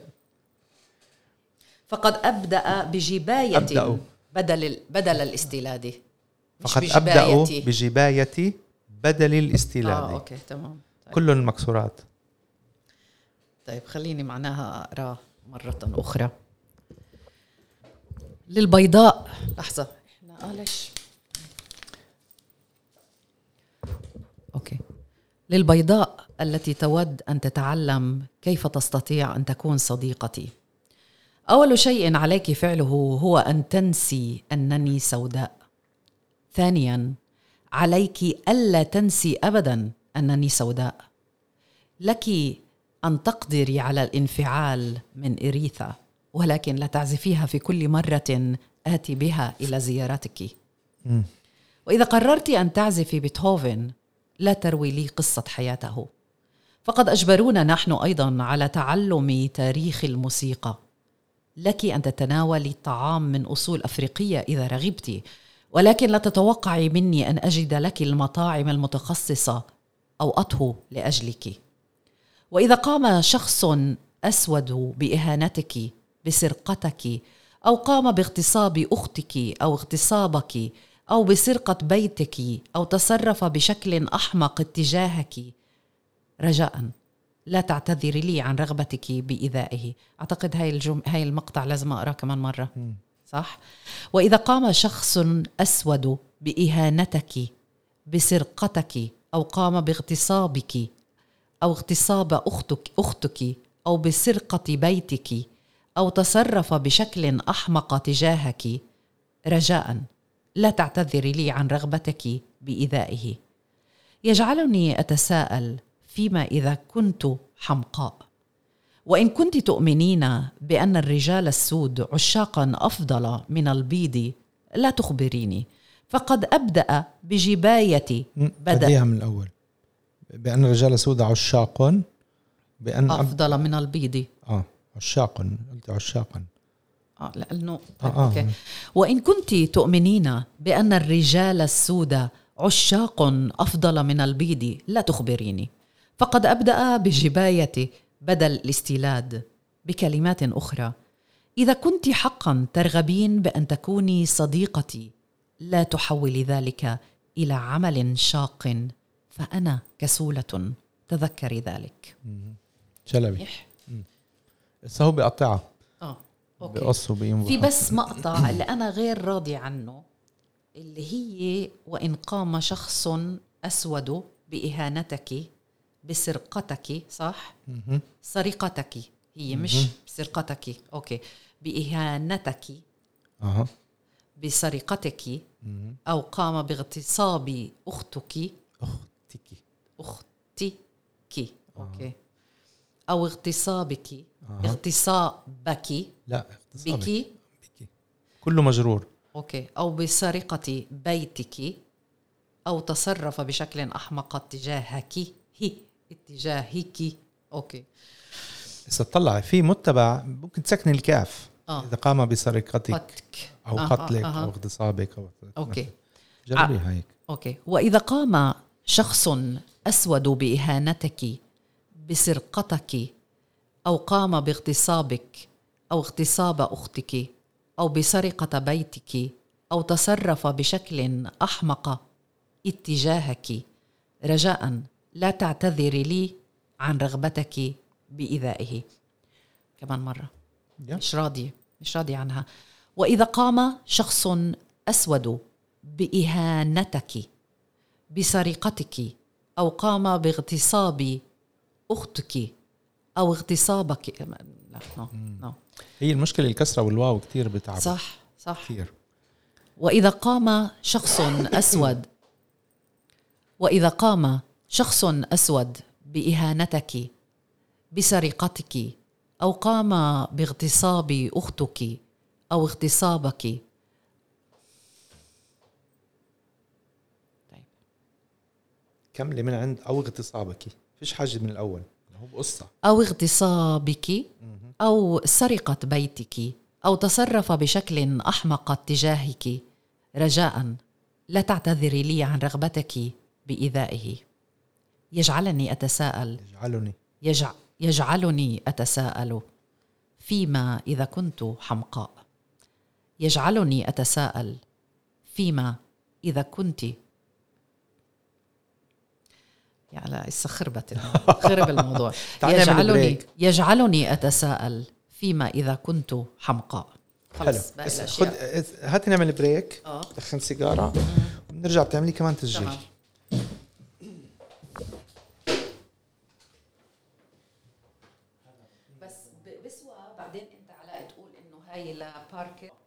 فقد أبدأ بجباية أبدأ. بدل بدل الاستيلاد. فقد أبدأ بجباية بدل الاستيلاد. آه أوكي تمام. طيب. كل المكسورات. طيب خليني معناها أقرأ مرة أخرى. للبيضاء لحظة احنا قالش اوكي للبيضاء التي تود أن تتعلم كيف تستطيع أن تكون صديقتي، أول شيء عليك فعله هو أن تنسي أنني سوداء. ثانياً، عليك ألا تنسي أبداً أنني سوداء. لك أن تقدري على الانفعال من إريثا، ولكن لا تعزفيها في كل مرة آتي بها إلى زيارتك. م. وإذا قررت أن تعزفي بيتهوفن لا تروي لي قصة حياته، فقد أجبرونا نحن أيضاً على تعلم تاريخ الموسيقى. لك أن تتناولي الطعام من أصول أفريقية إذا رغبتِ، ولكن لا تتوقعي مني أن أجد لك المطاعم المتخصصة أو أطهو لأجلك. وإذا قام شخص أسود بإهانتك، بسرقتك، أو قام باغتصاب أختك أو اغتصابك أو بسرقة بيتك أو تصرف بشكل أحمق اتجاهك، رجاءً لا تعتذري لي عن رغبتك بإيذائه. أعتقد هاي الجم... هاي المقطع لازم أقرأ كمان مرة، صح؟ وإذا قام شخص أسود بإهانتك، بسرقتك، أو قام باغتصابك أو اغتصاب أختك أختك أو بسرقة بيتك أو تصرف بشكل أحمق تجاهك، رجاءً لا تعتذري لي عن رغبتك بإيذائه. يجعلني أتساءل فيما إذا كنت حمقاء. وإن كنت تؤمنين بأن الرجال السود عشاقاً أفضل من البيض لا تخبريني، فقد أبدأ بجباية بدأ من الأول بأن الرجال السود عشاق بأن أفضل أب... من البيض. آه عشاق، قلت عشاقاً آه لأنه آه آه. أوكي. وإن كنت تؤمنين بأن الرجال السود عشاق أفضل من البيض لا تخبريني، فقد أبدأ بجباية بدل الاستيلاد. بكلمات أخرى، إذا كنت حقا ترغبين بأن تكوني صديقتي لا تحولي ذلك إلى عمل شاق، فأنا كسولة، تذكري ذلك. شلبي هو بيقطعها آه. بقصه بينبخ. في بس مقطع اللي أنا غير راضي عنه، اللي هي وإن قام شخص أسود بإهانتك، بسرقتك، صح؟ م-م. سرقتك هي م-م. مش سرقتك. أوكي. بإهانتك، أه. بسرقتك، م-م. أو قام باغتصاب أختك أختك أختك أوكي. أو اغتصابك، أه. اغتصابك لا اغتصابك بك بك كله مجرور. أوكي. أو بسرقة بيتك، أو تصرف بشكل أحمق اتجاهك هي اتجاهك. أوكي. إذا تطلع في متبع ممكن تسكن الكاف. آه. إذا قام بسرقتك قتك. أو آه. قتلك آه. آه. أو اغتصابك أو أوكي. جربي هيك. أوكي. وإذا قام شخص أسود بإهانتك، بسرقتك، أو قام باغتصابك أو اغتصاب أختك أو بسرقة بيتك أو تصرف بشكل أحمق اتجاهك، رجاءً لا تعتذري لي عن رغبتك بإيذائه. كمان مرة. yeah. مش راضية مش راضية عنها. وإذا قام شخص أسود بإهانتك، بسرقتك، أو قام باغتصاب أختك أو اغتصابك، لا no, no. هي المشكلة الكسرة والواو كتير بتعب. صح صح كتير. وإذا قام شخص أسود وإذا قام شخص أسود بإهانتك، بسرقتك، أو قام باغتصاب أختك أو اغتصابك. طيب كملي من عند أو اغتصابك، فيش حاجة من الأول، هو بقصة. أو اغتصابك أو سرقة بيتك أو تصرف بشكل أحمق اتجاهك، رجاءً لا تعتذري لي عن رغبتك بإيذائه. يجعلني أتساءل يجعلني يجع يجعلني أتساءل فيما إذا كنت حمقاء. يجعلني أتساءل فيما إذا كنت يعني لا خربت خرب الموضوع. يجعلني يجعلني أتساءل فيما إذا كنت حمقاء. خلص باقي بس الاشياء. خد هات نعمل بريك، اه دخن سيجاره ونرجع بتعملي كمان تسجيل. تمام. بس ب- بسوى بعدين انت علاء تقول انه هاي لباركر